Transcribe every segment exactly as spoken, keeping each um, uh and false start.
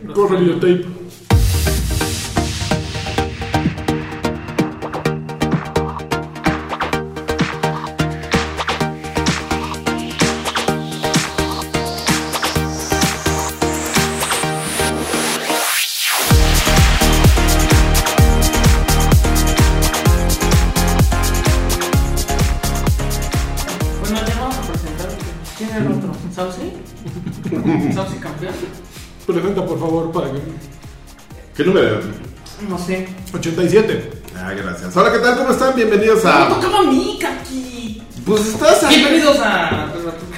Corre videotape. ¿Sauce campeón? Presenta, por favor, para que... ¿Qué número? No sé. ochenta y siete. Ah, gracias. Hola, ¿qué tal? ¿Cómo están? Bienvenidos No a... tocaba a mí, Kaki. Pues estás ahí. Bienvenidos a...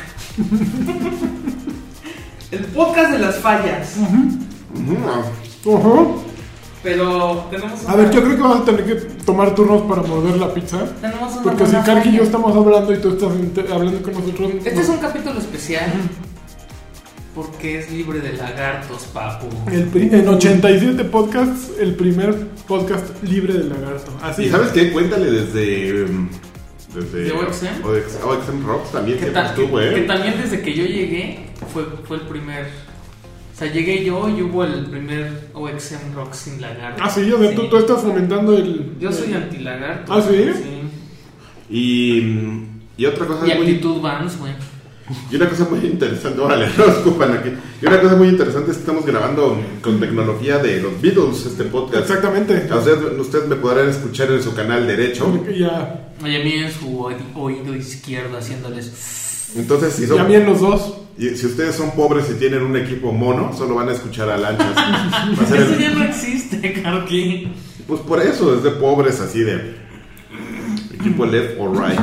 el podcast de las fallas. Ujú. Ajá. Pero tenemos una... A ver, yo creo que vas a tener que tomar turnos para morder la pizza. Tenemos una Porque si buena Karki y yo falla. estamos hablando y tú estás ente- hablando con nosotros... Este no. es un capítulo especial. Porque es libre de lagartos, papu. El pri- en ochenta y siete podcasts, el primer podcast libre de lagarto. Así ¿Y es. sabes qué? Cuéntale desde... um, Desde... ¿De O X M? O X- O X M Rocks también, Que, que ta- estuvo, que- que ¿eh? también desde que yo llegué fue, fue el primer... O sea, llegué yo y hubo el primer O X M Rock sin lagarto. Ah, sí, a ver, Sí. Tú, tú estás fomentando el... Yo soy el- anti-lagarto. ¿Ah, sí? Sí. Y... Y otra cosa Y muy... actitud Vans, güey. Y una cosa muy interesante... Órale, no nos ocupan aquí. Y una cosa muy interesante es que estamos grabando con tecnología de los Beatles este podcast. Exactamente. A Ustedes, ustedes me podrán escuchar en su canal derecho. Porque Ya, Y a mí en su oí- oído izquierdo haciéndoles... Entonces, si y son... a mí en los dos. Y si ustedes son pobres y tienen un equipo mono, solo van a escuchar a lanchas. Va a ser Eso el- ya no existe, Karki. Pues por eso, es de pobres así de equipo left or right.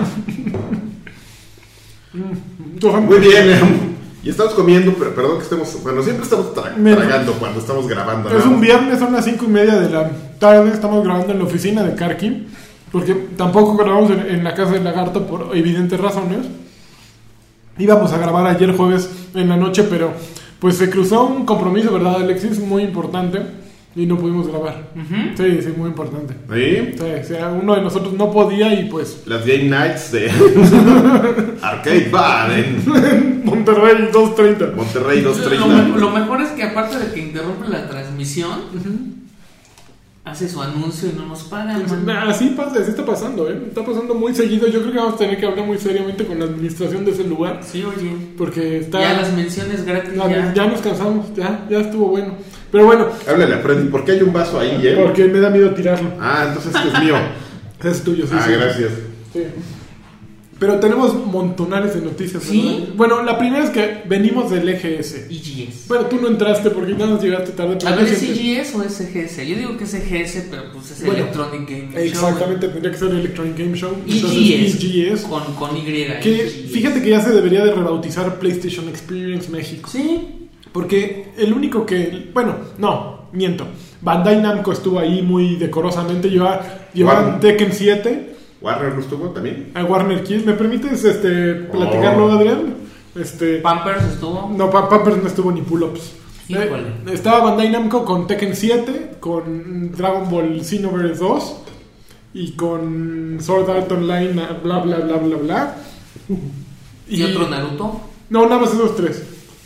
Muy bien, eh, y estamos comiendo, pero perdón que estemos, bueno, siempre estamos tra- Mira. tragando cuando estamos grabando. Es ¿no? un viernes, son las cinco y media de la tarde. Estamos grabando en la oficina de Karki. Porque tampoco grabamos en, en la casa del lagarto por evidentes razones. Íbamos a grabar ayer jueves en la noche, pero pues se cruzó un compromiso, ¿verdad, Alexis? Muy importante. Y no pudimos grabar. Ujú. Sí, sí, muy importante. ¿Sí? Sí, o sea, uno de nosotros no podía y pues... Las Game Nights de Arcade Bar en Monterrey dos treinta. Monterrey Lo, doscientos me- treinta. lo mejor es que aparte de que interrumpe la transmisión, hace su anuncio y no nos pagan, man. Así pasa, así está pasando, ¿eh? Está pasando muy seguido. Yo creo que vamos a tener que hablar muy seriamente con la administración de ese lugar. Sí, oye. Porque está... Ya las menciones gratis ya, ya. ya nos cansamos, ya, ya estuvo bueno. Pero bueno, Háblale a Freddy, ¿por qué hay un vaso ahí, eh? porque me da miedo tirarlo. Ah, entonces este es mío. Es tuyo, sí. Ah, sí. gracias. Sí. Pero tenemos montonales de noticias. ¿Sí? ¿verdad? Bueno, la primera es que venimos del E G S. E G S. Bueno, tú no entraste porque nada más llegaste tarde. pero A ver, yo ¿es siempre- E G S o es E G S? Yo digo que es E G S, pero pues es Bueno, Electronic Game Show. Exactamente, tendría que ser Electronic Game Show. E Entonces, G S. E G S. Con, con Y. Que E G S. fíjate que ya se debería de rebautizar PlayStation Experience México. Sí. Porque el único que... Bueno, no, miento. Bandai Namco estuvo ahí muy decorosamente. Lleva, llevaban Warner. Tekken siete. ¿Warner no estuvo también? A Warner Kids. ¿Me permites este, platicarlo, Oh. Adrián? Este, Pampers estuvo. no, Pa- Pampers no estuvo ni pull-ups. Híjole. Eh, estaba Bandai Namco con Tekken siete, con Dragon Ball Xenoverse dos y con Sword Art Online, bla bla bla bla bla. ¿Y, otro Naruto? No, nada más esos tres.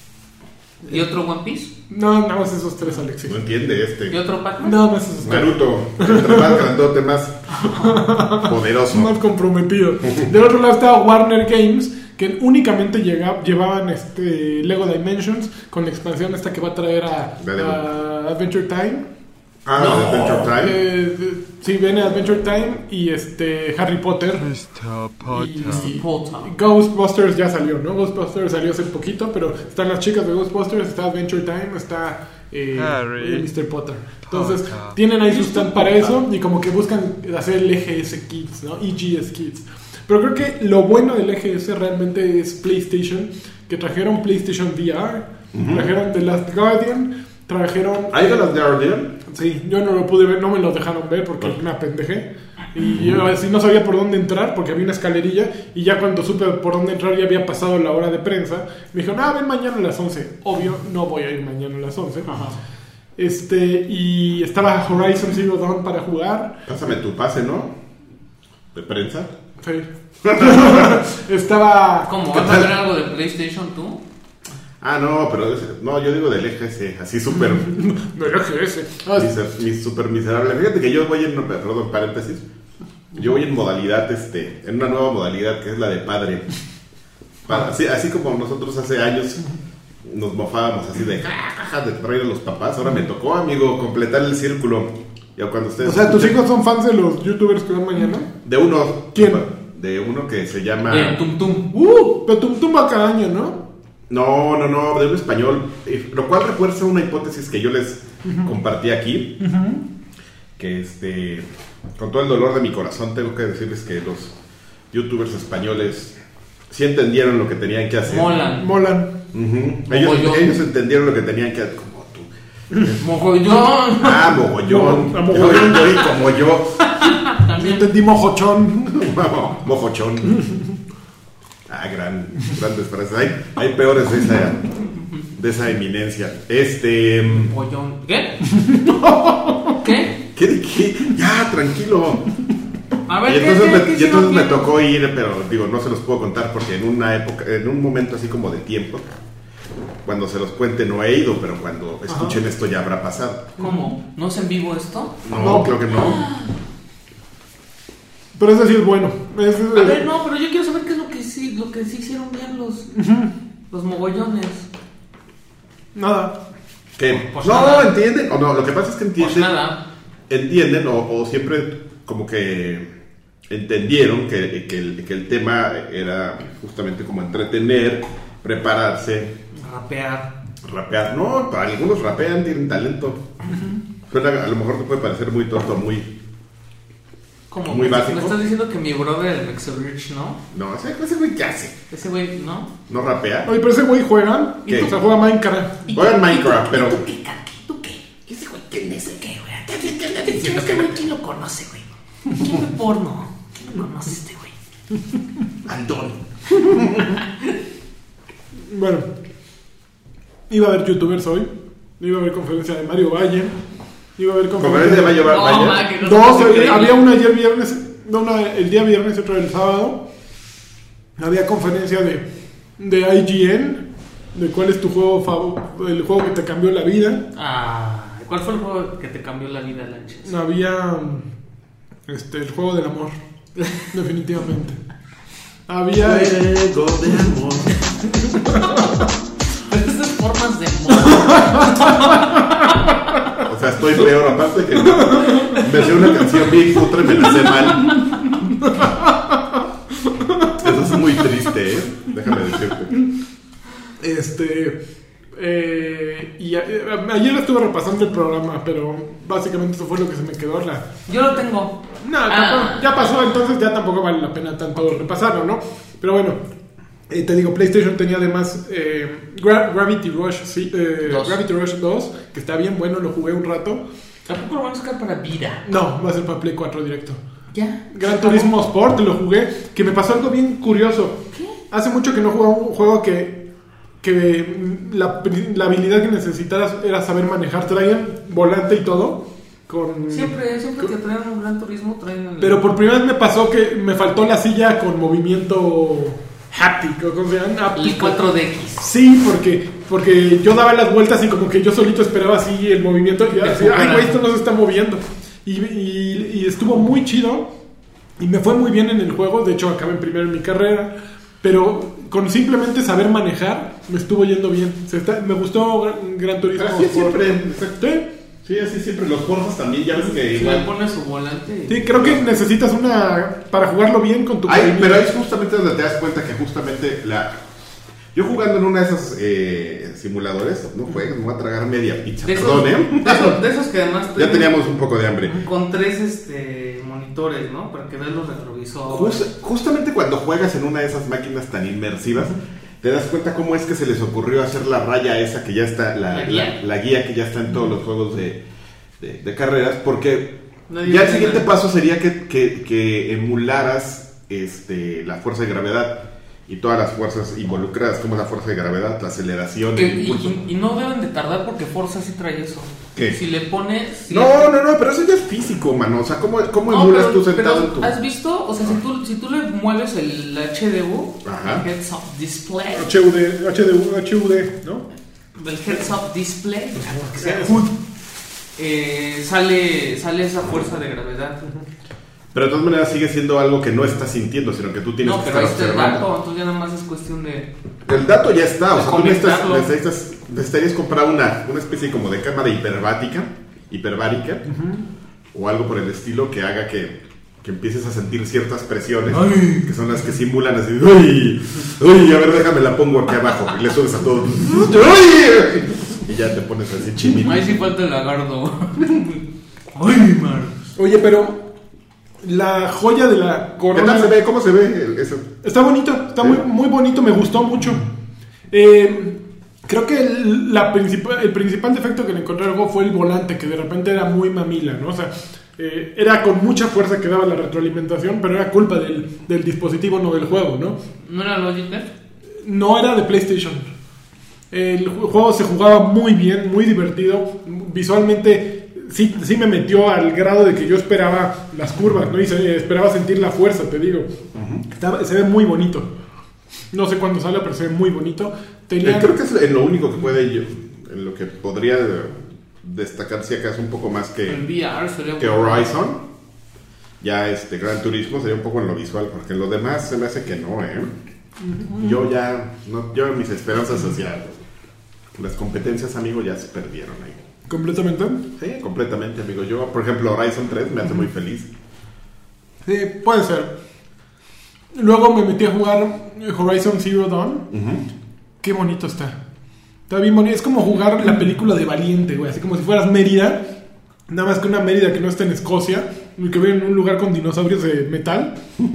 ¿Y otro One Piece? No, nada más esos tres, Alexis. No entiende este. ¿Y otro Pac-Man? Nada más esos tres. Naruto, entre más grandote, más poderoso. Más comprometido. Del otro lado estaba Warner Games, que únicamente llega- llevaban este Lego Dimensions con la expansión esta que va a traer a, De Lego. a Adventure Time. Ah, No. de Adventure Time. Eh, de- sí, viene Adventure Time y este Harry Potter. mister Potter. Y Potter. Ghostbusters ya salió, ¿no? Ghostbusters salió hace poquito, pero están las chicas de Ghostbusters, está Adventure Time, está eh, Harry eh, mister Potter. Entonces, Potter. tienen ahí su stand para eso y como que buscan hacer el E G S Kids, ¿no? E G S Kids. Pero creo que lo bueno del E G S realmente es PlayStation, que trajeron PlayStation V R, trajeron The Last Guardian, trajeron... ¿Hay de las Guardian? Sí, yo no lo pude ver, no me lo dejaron ver porque me apendejé. Y yo así no sabía por dónde entrar porque había una escalerilla. Y ya cuando supe por dónde entrar ya había pasado la hora de prensa. Me dijeron, ah, ven mañana a las once. Obvio, no voy a ir mañana a las once. Ajá. Este, y estaba Horizon Zero Dawn para jugar. Pásame tu pase, ¿no? De prensa. Sí. Estaba... ¿Cómo? ¿Qué ¿Vas a tal? ver algo de PlayStation tú? Ah, no, pero ese- no, yo digo del E G S, así súper, No era G S. Ah, miser- mis- súper miserable. Fíjate que yo voy en, perdón, paréntesis, yo voy en modalidad, este, en una nueva modalidad que es la de padre. Pa- Así, así como nosotros hace años nos mofábamos así de, "Ja, ja, ja", de traer a los papás, ahora me tocó, amigo, completar el círculo. Ya cuando ustedes o sea, ¿tus escuchen- hijos son fans de los youtubers que van mañana? de uno, ¿Quién? de uno que se llama, Eh, tum tum. Uh, pero Tum Tum va cada año, ¿no? no, no, no, de un español, eh, lo cual refuerza una hipótesis que yo les compartí aquí, que este, con todo el dolor de mi corazón tengo que decirles que los youtubers españoles sí entendieron lo que tenían que hacer. Molan. Molan. Ujú. Ellos, Mogollón. ellos entendieron lo que tenían que hacer, como tú. Mogollón. Ah, mogollón. Mo- a mogollón. Yo, yo, como yo. Yo También. entendí mojochón. Mo- Mojochón. Ah, gran, grandes frases. Hay, hay peores de esa, de esa eminencia. Este. Mogollón. ¿Qué? ¿Qué? ¿Qué de qué? Ya, tranquilo. A ver, Y ¿qué, entonces, qué, me, qué y hicieron entonces me bien? tocó ir, pero digo, no se los puedo contar porque en una época, en un momento así como de tiempo, cuando se los cuente no he ido, pero cuando escuchen esto ya habrá pasado. ¿Cómo? ¿No es en vivo esto? No, No. creo que no. Pero ese sí es bueno. Ese es- A ver, no, pero yo quiero saber qué es lo que sí, lo que sí hicieron bien los, los mogollones. ¿Qué? Nada. Pues no, nada. entienden. O no, lo que pasa es que Pues entienden. nada. entienden o, o siempre como que entendieron que, que, el, que el tema era justamente como entretener, prepararse, Rapear. rapear. No, para algunos rapean, tienen talento. Suena, a lo mejor te puede parecer muy tonto, muy... ¿Cómo? Muy me, básico. me estás diciendo que mi brother, el Mexabridge, ¿no? No, ese, ese güey qué hace, Ese güey, ¿no? no rapea. Oye, pero ese güey juega. ¿Qué? O sea, juega Minecraft. Juegan Minecraft, pero... ¿Tú qué, Karki? ¿Tú qué? ¿Ese güey quién es? ¿Qué, güey? ¿Qué, qué anda diciendo? Este güey, ¿quién lo conoce, güey? ¿Quién ve porno? ¿Quién lo conoce este güey? Andón. Bueno, iba a haber youtubers hoy. Iba a haber conferencia de Mario Valle. Iba a haber Conferencia de Mayo No, Valle. ma, que no Dos, se eh, increíble. había una ayer viernes, no, una el día viernes y otra el sábado. Había conferencia de, de I G N, de cuál es tu juego favorito, el juego que te cambió la vida. Ah, ¿cuál fue el juego que te cambió la vida, Lanches? Había este, el juego del amor, definitivamente. Había Juego de amor. Estas formas de moda. O sea, estoy peor, aparte que me sé una canción bien cutre, me la sé mal. Eso es muy triste, ¿eh? Déjame decirte. este eh, y a- eh, ayer estuve repasando el programa, pero básicamente eso fue lo que se me quedó la Yo lo tengo. No, Ah. tampoco- ya pasó, entonces ya tampoco vale la pena tanto repasarlo, ¿no? Pero bueno, eh, te digo, PlayStation tenía además eh, Gra- Gravity Rush, sí, eh, Dos. Gravity Rush dos, que está bien bueno, lo jugué un rato. Tampoco lo van a sacar para vida. No, va a ser para Play cuatro directo. Ya. Gran Turismo Sport, lo jugué, que me pasó algo bien curioso. ¿Qué? Hace mucho que no jugaba un juego que, que mm, la, la habilidad que necesitaras era saber manejar, traían volante y todo. Con, Siempre, siempre que traen un gran turismo, traen el... Pero por primera vez me pasó que me faltó la silla con movimiento háptico, ¿cómo se llama? el Háptico. cuatro D X. Sí, porque, porque yo daba las vueltas y como que yo solito esperaba así el movimiento y así, ay, güey, esto no se está moviendo. Y, y, y estuvo muy chido y me fue muy bien en el juego, de hecho acabé en primero en mi carrera, pero con simplemente saber manejar me estuvo yendo bien. Se está- me gustó Gran, Gran Turismo. Así Sport. siempre. Sí. Sí, así siempre. Los Forzas también, ya ves que Si le igual. pone su volante... Sí, creo que necesitas una para jugarlo bien con tu Ay, movimiento. pero es justamente donde te das cuenta que justamente la... Yo jugando en una de esas eh, simuladores, no juegues, me voy a tragar media pizza. De esos, Perdón, ¿eh? de esos, de esos que además... Ya traen teníamos un poco de hambre. Con tres este, monitores, ¿no? Para que veas los retrovisores. Jus- justamente cuando juegas en una de esas máquinas tan inmersivas, te das cuenta cómo es que se les ocurrió hacer la raya esa que ya está, la, La guía. la- la guía que ya está en todos los juegos de, de- de carreras, porque Nadie ya el tiene siguiente nada. paso sería que, que- que emularas este, la fuerza de gravedad. y todas las fuerzas involucradas, como la fuerza de gravedad, la aceleración, Que- el y, impulso. y- y no deben de tardar porque Forza sí trae eso. ¿Qué? Si le pones... si No, no, no, pero eso ya es físico, mano. O sea, ¿cómo, cómo No, emulas pero- tú sentado pero en tu...? ¿has visto? O sea, si tú, si tú le mueves el H D U, Ajá. el Heads Up Display, H U D, H D U, H U D, ¿no? el Heads Up Display, o sea, porque sea H U D, eh, sale, sale esa fuerza de gravedad. Pero de todas maneras sigue siendo algo que no estás sintiendo, sino que tú tienes No, que pero ahí estar está el observando. dato, entonces ya nada más es cuestión de... El dato ya está, o De sea, tú necesitas, conectarlo. necesitas- necesitarías comprar una, una especie como de cámara hiperbática, hiperbárica, o algo por el estilo que haga que, que empieces a sentir ciertas presiones, Ay. que son las que simulan así, uy, uy, a ver, déjame la pongo aquí abajo, y le subes a todo, uy, y ya te pones así chinito. Ahí sí falta el lagardo. Ay, mar. Oye, pero la joya de la ¿Qué corona tal se ve? ¿Cómo se ve el- eso? está bonito, está muy, muy bonito, me gustó mucho. Eh, creo que el, la principal, el principal defecto que le encontré al juego fue el volante, que de repente era muy mamila, ¿no? O sea, eh, era con mucha fuerza que daba la retroalimentación, pero era culpa del, del dispositivo, no del juego, ¿no? ¿No era Logitech? No era de PlayStation. El ju- juego se jugaba muy bien, muy divertido. Visualmente sí, sí me metió al grado de que yo esperaba las curvas, ¿no? Y se- esperaba sentir la fuerza, te digo. Estaba- se ve muy bonito. No sé cuándo sale, pero se ve muy bonito. Tenía... Eh, Creo que es en lo único que puede yo, en lo que podría destacar si acaso un poco más que... El V R sería que bueno. Horizon, ya este Gran Turismo sería un poco en lo visual, porque en lo demás se me hace que no, ¿eh? Yo ya, no, yo mis esperanzas hacia las competencias, amigo, ya se perdieron ahí. Completamente. Sí, completamente, amigo. Yo, por ejemplo, Horizon tres me hace muy feliz. Sí, puede ser. Luego me metí a jugar Horizon Zero Dawn. Qué bonito está. Está bien bonito. Es como jugar la película de Valiente, güey. Así como si fueras Mérida. Nada más que una Mérida que no está en Escocia. Y que vive en un lugar con dinosaurios de metal.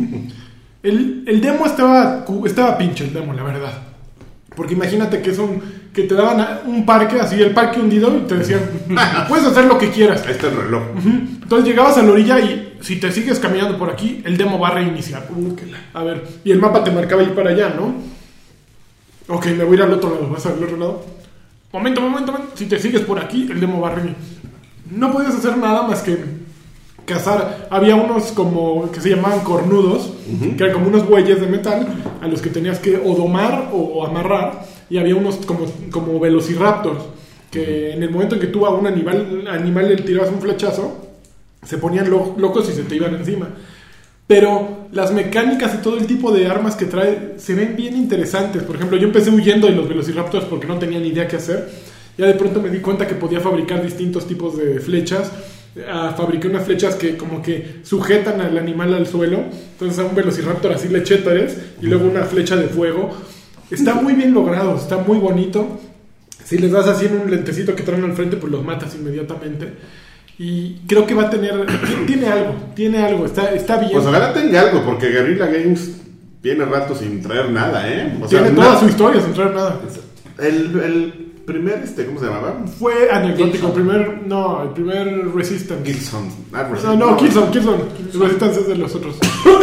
El, el demo estaba, cu- estaba pinche, el demo, la verdad. Porque imagínate que es un... Que te daban a- un parque, así el parque hundido. Y te decían, puedes hacer lo que quieras. Ahí está el reloj. Ujú. Entonces llegabas a la orilla y si te sigues caminando por aquí, el demo va a reiniciar. Uh, que la- A ver, y el mapa te marcaba ir para allá, ¿no? Ok, me voy a ir al otro lado. ¿Vas al otro lado? Momento, momento, momento. Si te sigues por aquí, el demo va a reiniciar. No podías hacer nada más que cazar. Había unos como que se llamaban cornudos, que eran como unos bueyes de metal a los que tenías que o domar o amarrar. Y había unos como, como velociraptors que en el momento en que tú a un animal, animal le tirabas un flechazo, se ponían lo- locos y se te iban encima. Pero las mecánicas y todo el tipo de armas que trae se ven bien interesantes. Por ejemplo, yo empecé huyendo de los velociraptors porque no tenía ni idea qué hacer. Ya de pronto me di cuenta que podía fabricar distintos tipos de flechas. Ah, fabriqué unas flechas que como que sujetan al animal al suelo. Entonces a un velociraptor así le eché tres y luego una flecha de fuego. Está muy bien logrado, está muy bonito. Si les das así en un lentecito que traen al frente, pues los matas inmediatamente. Y creo que va a tener... Tiene algo, tiene algo, está, está bien. Pues ojalá tenga algo, porque Guerrilla Games tiene rato sin traer nada, ¿eh? O sea, tiene nada. toda su historia sin traer nada. El, el primer, este, ¿cómo se llamaba? Fue anecdótico, Killzone. el primer... No, el primer Resistance. Killzone. Ah, No, no, Killzone, Killzone. El Resistance es de los otros.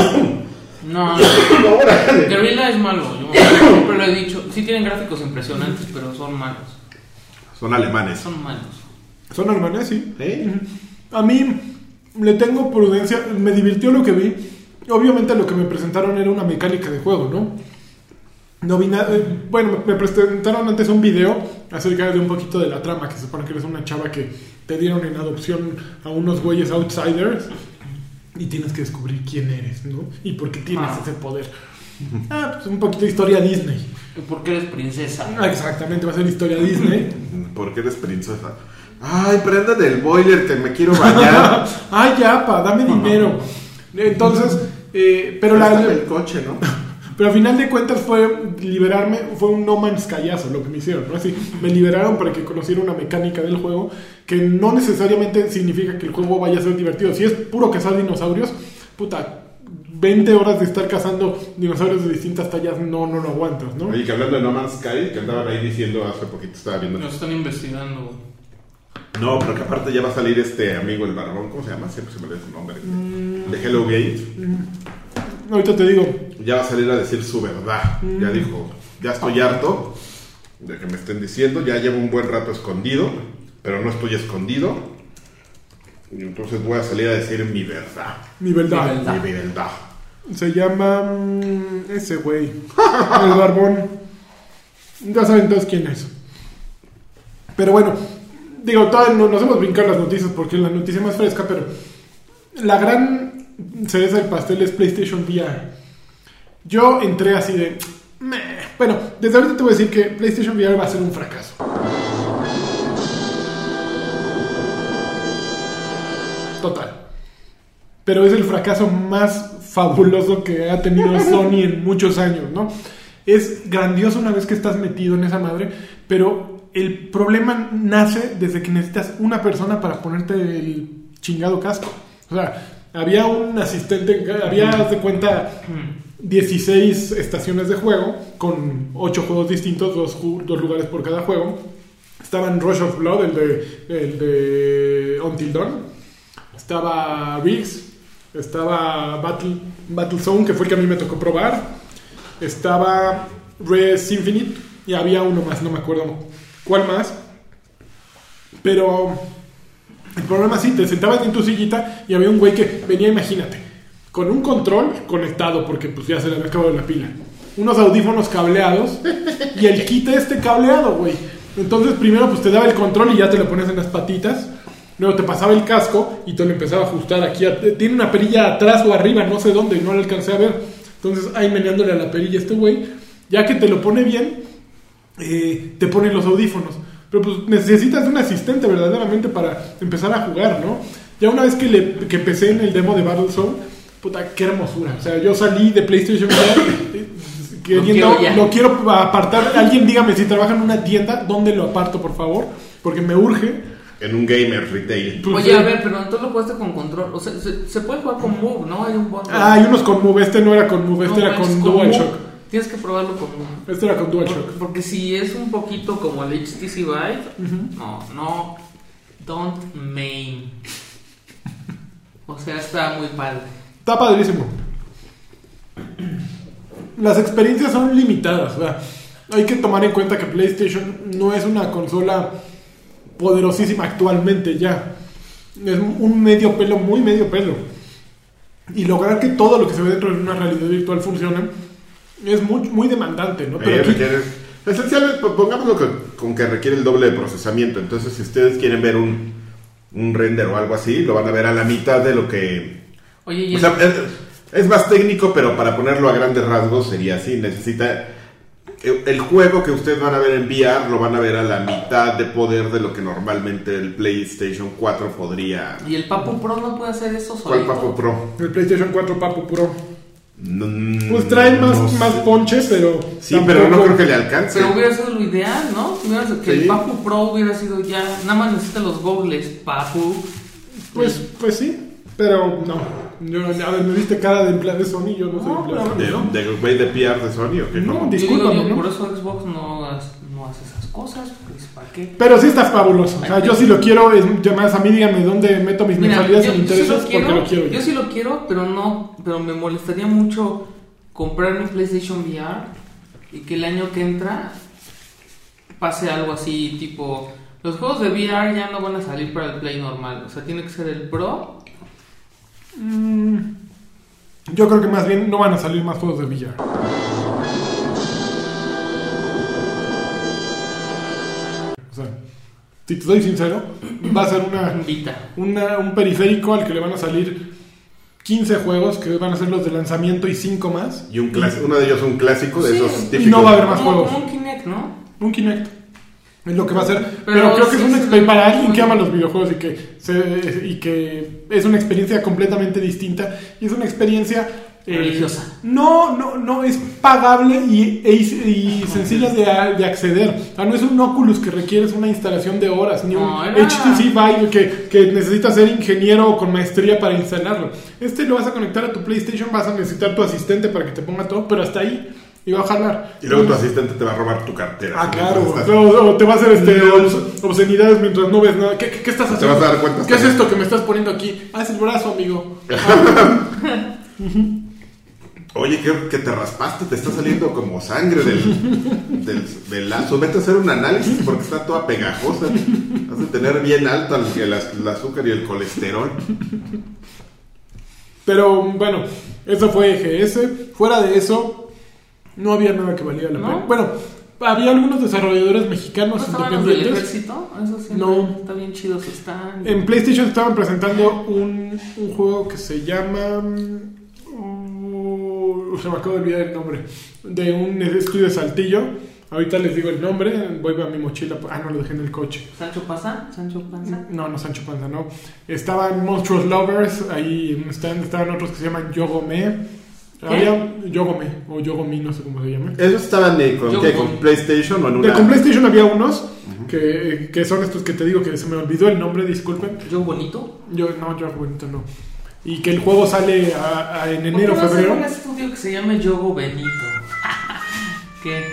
No, No, órale. Guerrilla es malo. Yo siempre lo he dicho. Sí tienen gráficos impresionantes, pero son malos. Son alemanes. Son malos. Son alemanes, sí. ¿Sí? A mí le tengo prudencia, me divirtió lo que vi. Obviamente lo que me presentaron era una mecánica de juego, ¿no? No vi nada. eh, bueno, me presentaron antes un video acerca de un poquito de la trama, que se supone que eres una chava que te dieron en adopción a unos güeyes outsiders y tienes que descubrir quién eres, ¿no? Y por qué tienes Ah. ese poder. Ah, pues un poquito de historia Disney. ¿Por qué eres princesa? Ah, exactamente, va a ser historia Disney. ¿Por qué eres princesa? Ay, prenda del boiler que me quiero bañar. Ay, ya, pa, dame dinero. Entonces, eh, pero la, Préstame el coche, ¿no? pero al final de cuentas fue liberarme, fue un No Man's Skyazo lo que me hicieron, ¿no? Así, me liberaron para que conociera una mecánica del juego que no necesariamente significa que el juego vaya a ser divertido. Si es puro cazar dinosaurios, puta, veinte horas de estar cazando dinosaurios de distintas tallas, no, no lo aguantas, ¿no? Oye, que hablando de No Man's Sky, que andaban ahí diciendo hace poquito, estaba viendo. Nos están investigando. No, pero que aparte ya va a salir este amigo el barbón, ¿cómo se llama? Siempre se me olvida su nombre. De Hello Games. ahorita te digo. Ya va a salir a decir su verdad. Mm. Ya dijo, ya estoy harto de que me estén diciendo, ya llevo un buen rato escondido, pero no estoy escondido. Y entonces voy a salir a decir mi verdad. Mi verdad. Mi verdad. Mi verdad. Se llama... ese güey. El barbón. Ya saben todos quién es. Pero bueno, digo, todavía no, nos hemos brincado las noticias porque es la noticia más fresca, pero la gran cereza del pastel es PlayStation V R. Yo entré así de... Meh. Bueno, desde ahorita te voy a decir que PlayStation V R va a ser un fracaso. Total. Pero es el fracaso más fabuloso que ha tenido Sony en muchos años, ¿no? Es grandioso una vez que estás metido en esa madre, pero el problema nace desde que necesitas una persona para ponerte el chingado casco. O sea, había un asistente, había, haz de cuenta, dieciséis estaciones de juego con ocho juegos distintos, dos, dos lugares por cada juego. Estaban Rush of Blood, el de, el de Until Dawn. Estaba Riggs. Estaba Battle, Battlezone, que fue el que a mí me tocó probar. Estaba Res Infinite. Y había uno más, no me acuerdo cuál más. Pero el problema sí, te sentabas en tu sillita y había un güey que venía, imagínate, con un control conectado, porque pues ya se le había acabado la pila, unos audífonos cableados y el kit este cableado, güey. Entonces primero pues te daba el control y ya te lo pones en las patitas. Luego te pasaba el casco y te lo empezaba a ajustar aquí. Tiene una perilla atrás o arriba, no sé dónde, y no la alcancé a ver. Entonces ahí meneándole a la perilla este güey. Ya que te lo pone bien, eh, te pone los audífonos. Pero pues necesitas de un asistente verdaderamente para empezar a jugar, ¿no? Ya una vez que, le, que empecé en el demo de Battlezone, puta, qué hermosura. O sea, yo salí de PlayStation V R queriendo, lo quiero, lo quiero apartar. Alguien dígame si trabaja en una tienda, ¿dónde lo aparto, por favor? Porque me urge. En un gamer retail. Pues Oye, sí. A ver, pero entonces lo jugaste con control. O sea, se, se puede jugar con Move, ¿no? Hay un botón. Ah, hay unos con Move. Este no era con Move, este no, era con, con DualShock. Tienes que probarlo con Move. Este era con DualShock. Porque, porque si es un poquito como el H T C Vive, uh-huh. no, no, don't main. O sea, está muy padre. Está padrísimo. Las experiencias son limitadas. O sea, hay que tomar en cuenta que PlayStation no es una consola poderosísima actualmente ya. Es un medio pelo, muy medio pelo. Y lograr que todo lo que se ve dentro de una realidad virtual funcione es muy, muy demandante, ¿no? Pero eh, aquí... requiere, esencialmente, pongámoslo con, con que requiere el doble de procesamiento. Entonces, si ustedes quieren ver un, un render o algo así, lo van a ver a la mitad de lo que... Oye, y o sea, es, es más técnico, pero para ponerlo a grandes rasgos sería así. Necesita... El juego que ustedes van a ver en V R lo van a ver a la mitad de poder de lo que normalmente el PlayStation cuatro podría. ¿Y el Papu Pro no puede hacer eso solito? ¿Cuál Papu Pro? El PlayStation cuatro Papu Pro. No, pues trae más, no más ponche, pero... Sí, tampoco... pero no creo que le alcance. Pero hubiera sido lo ideal, ¿no? Que sí. El Papu Pro hubiera sido ya... Nada más necesita los goggles, Papu. Pues, pues sí. Pero no, yo, a ver, me viste cara de empleado de Sony, yo no, no soy empleado de Sony. ¿De güey de, de P R de Sony o qué? No, discúlpame, ¿no? Por eso Xbox no, no hace esas cosas, pues ¿para qué? Pero sí está fabuloso, o sea, yo sí lo quiero, es, más a mí dígame dónde meto mis mensualidades sin intereses, sí porque lo quiero. Yo. yo sí lo quiero, pero no, pero me molestaría mucho comprar mi PlayStation V R y que el año que entra pase algo así, tipo, los juegos de V R ya no van a salir para el Play normal, o sea, tiene que ser el Pro. Mm, yo creo que más bien no van a salir más juegos de V R. O sea, si te soy sincero, va a ser una, una un periférico al que le van a salir quince juegos que van a ser los de lanzamiento y cinco más. Y un clas- uno de ellos un clásico de sí, esos típicos. Y no va a haber más como, juegos. Como un Kinect, ¿no? Un Kinect. Es lo que va a ser. Pero, pero creo sí, que es una sí, experiencia para sí, alguien sí. que ama los videojuegos y que, se, y que es una experiencia completamente distinta. Y es una experiencia... Eh, religiosa. No, no, no, es pagable y, e, y sencilla de, de acceder. O sea, no es un Oculus que requieres una instalación de horas, ni no, un era... H T C Vive que, que necesitas ser ingeniero con maestría para instalarlo. Este lo vas a conectar a tu PlayStation, vas a necesitar tu asistente para que te ponga todo, pero hasta ahí y va a jalar. Y luego tu asistente te va a robar tu cartera. Ah, claro. O, o te va a hacer este, obs- obscenidades mientras no ves nada. ¿Qué, qué, qué estás haciendo? Te vas a dar cuenta. ¿Qué es esto que me estás poniendo aquí? Ah, es el brazo, amigo. Oye, que, que te raspaste, te está saliendo como sangre del, del, del lazo. Vete a hacer un análisis porque está toda pegajosa. Has de tener bien alto el, el, el azúcar y el colesterol. Pero bueno, eso fue E G S. Fuera de eso, no había nada que valiera la ¿No? pena. Bueno, había algunos desarrolladores mexicanos ¿No estaban los del independientes. ejército? Eso sí, No. está bien chido su stand. En PlayStation estaban presentando un, un juego que se llama... Uh, se me acabo de olvidar el nombre. De un estudio de Saltillo. Ahorita les digo el nombre. Voy a mi mochila. Ah, no, lo dejé en el coche. ¿Sancho Panza? ¿Sancho Panza? No, no Sancho Panza, no. Estaban Monstrous Lovers. Ahí en un stand estaban otros que se llaman Yogome. Había Yogome o Yogomi, no sé cómo se llama. ¿Esos estaban eh, con, Yo ¿qué, con- con PlayStation o en una...? De con PlayStation había unos uh-huh. que, que son estos que te digo que se me olvidó el nombre, disculpen. ¿Yo bonito? Yo, no, yo bonito no. Y que el juego sale a, a, en enero, ¿Por qué no febrero. hacer un estudio que se llame Yogo Benito? ¿Qué?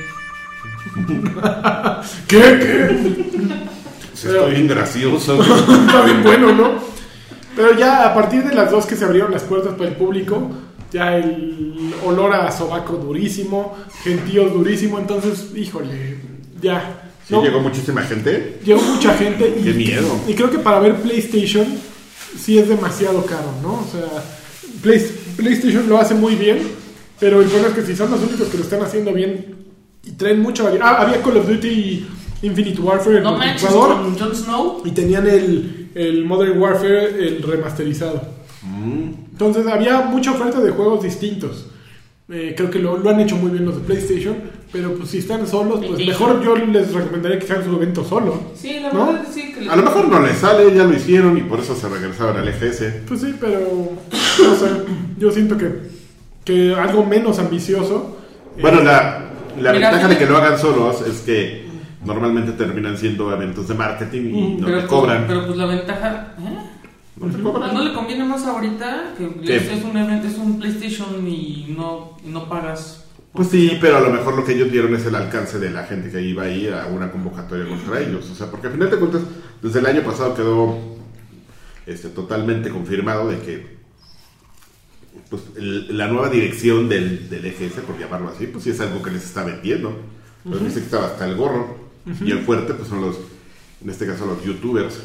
¿Qué? ¿Qué? Sí, estoy bien gracioso. Está bien bueno, ¿no? Pero ya a partir de las dos que se abrieron las puertas para el público, ya el olor a sobaco durísimo, gentío durísimo, entonces, híjole, ya. Sí, ¿no? llegó muchísima gente. Llegó mucha gente y, Qué miedo. y creo que para ver PlayStation sí es demasiado caro, ¿no? O sea, Play, PlayStation lo hace muy bien, pero el problema es que si son los únicos que lo están haciendo bien y traen mucha variedad. Ah, había Call of Duty Infinite Warfare en No manches, multijugador con Jon Snow. y tenían el, el Modern Warfare, el remasterizado. Mm. Entonces había mucha oferta de juegos distintos. Eh, creo que lo, lo han hecho muy bien los de PlayStation, pero pues si están solos, pues mejor yo les recomendaría que hagan su evento solo. Sí, la ¿no? verdad sí que le- A lo mejor no les sale, ya lo hicieron y por eso se regresaron al E G S. Pues sí, pero no sé, yo siento que, que algo menos ambicioso. eh, Bueno, la, la Mira, ventaja fíjate- de que lo hagan solos es que normalmente terminan siendo eventos de marketing y no pero, te pues, cobran. pero pues la ventaja... ¿eh? No te ¿A cobran. ¿No le conviene más ahorita? Que ¿Qué? es, es un evento, es un PlayStation y no, y no pagas... Pues sí, pero a lo mejor lo que ellos dieron es el alcance de la gente que iba a ir a una convocatoria contra ellos. O sea, porque al final de cuentas, desde el año pasado quedó este, totalmente confirmado de que pues, el- la nueva dirección del, del E G S, por llamarlo así, pues sí es algo que les está vendiendo. Pues dice que estaba hasta el gorro. Y el fuerte, pues son los, en este caso, los youtubers.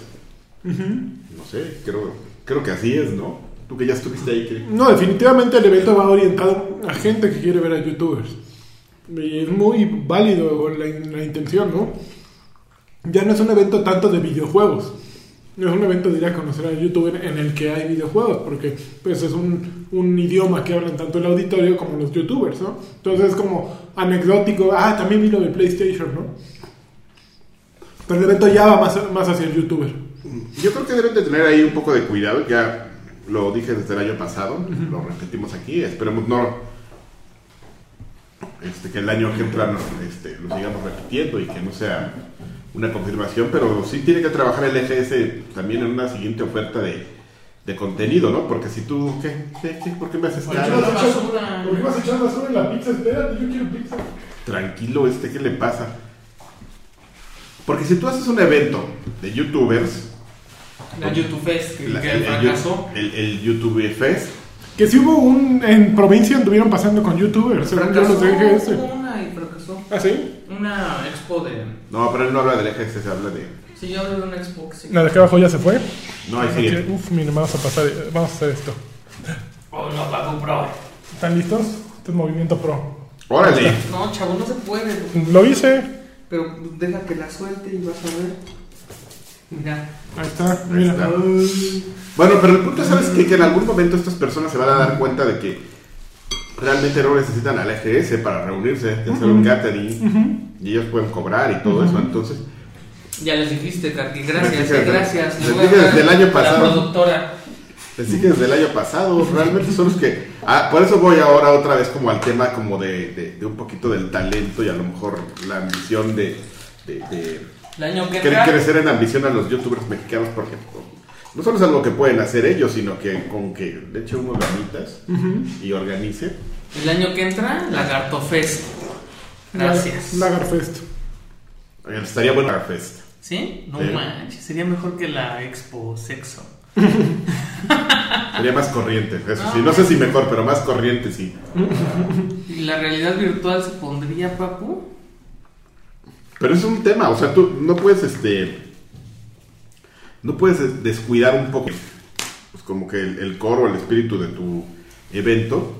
No sé, creo, creo que así es, ¿no? Tú que ya estuviste ahí, ¿qué? No, definitivamente el evento va orientado a gente que quiere ver a youtubers. Y es muy válido la, la intención, ¿no? Ya no es un evento tanto de videojuegos. No es un evento de ir a conocer a youtuber en el que hay videojuegos, porque pues es un, un idioma que hablan tanto el auditorio como los youtubers, ¿no? Entonces es como anecdótico, ah, también vi lo de PlayStation, ¿no? Pero el evento ya va más, más hacia el youtuber. Yo creo que deben de tener ahí un poco de cuidado, ya lo dije desde el año pasado, lo repetimos aquí, esperemos no este, que el año que entra no, este, lo sigamos repitiendo y que no sea una confirmación, pero sí tiene que trabajar el E G S también en una siguiente oferta de, de contenido, ¿no? Porque si tú, ¿qué? ¿Qué? ¿Qué? ¿Por qué me haces ¿Por qué cara? vas a echar- basura. ¿Por qué vas a echar basura en la pizza? Espérate, yo quiero pizza. Tranquilo, este, ¿qué le pasa? Porque si tú haces un evento de youtubers, La YouTube Fest, que, la- que el, el, fracasó. el, el YouTube Fest, Que si hubo un... En provincia anduvieron pasando con youtubers, según yo los Fracasó de E G S. una y fracasó. ¿Ah, sí? Una expo de... no, pero él no habla del E G S, se habla de... Sí, yo hablo de una expo que sí. La de acá abajo ya se fue. No, ahí sigue. Aquí- Uf, mira, vamos a pasar, vamos a hacer esto. Oh, no, Paco Pro. ¿Están listos? Este es movimiento pro. Órale. No, chavo, no se puede. Lo hice. Pero deja que la suelte y vas a ver. Mira. Ahí está, Ahí mira. está. Bueno, pero el punto, ¿sabes qué? Que en algún momento estas personas se van a dar cuenta de que realmente no necesitan al E G S para reunirse, de hacer un catering, y ellos pueden cobrar y todo eso, entonces... Ya les dijiste, Kaki. Les Gracias, dije- eh, gracias. les Le voy a dije dar desde el año a pasado. La productora. Les dije desde el año pasado, realmente son los que... Ah, por eso voy ahora otra vez como al tema como de, de, de un poquito del talento y a lo mejor la ambición de... de, de El año que cre- entra. crecer en ambición a los youtubers mexicanos porque no solo es algo que pueden hacer ellos, sino que con que le echen unos ganitas y organice. El año que entra, Lagarto Fest. Gracias. Lagarfest. Oigan, estaría bueno la Fest. ¿Sí? No Sí. manches, sería mejor que la Expo Sexo. Sería más corriente, eso sí. No sé si mejor, pero más corriente, sí. ¿Y la realidad virtual se pondría, papu? Pero es un tema, o sea, tú no puedes, este... No puedes descuidar un poco, pues como que el, el core o el espíritu de tu evento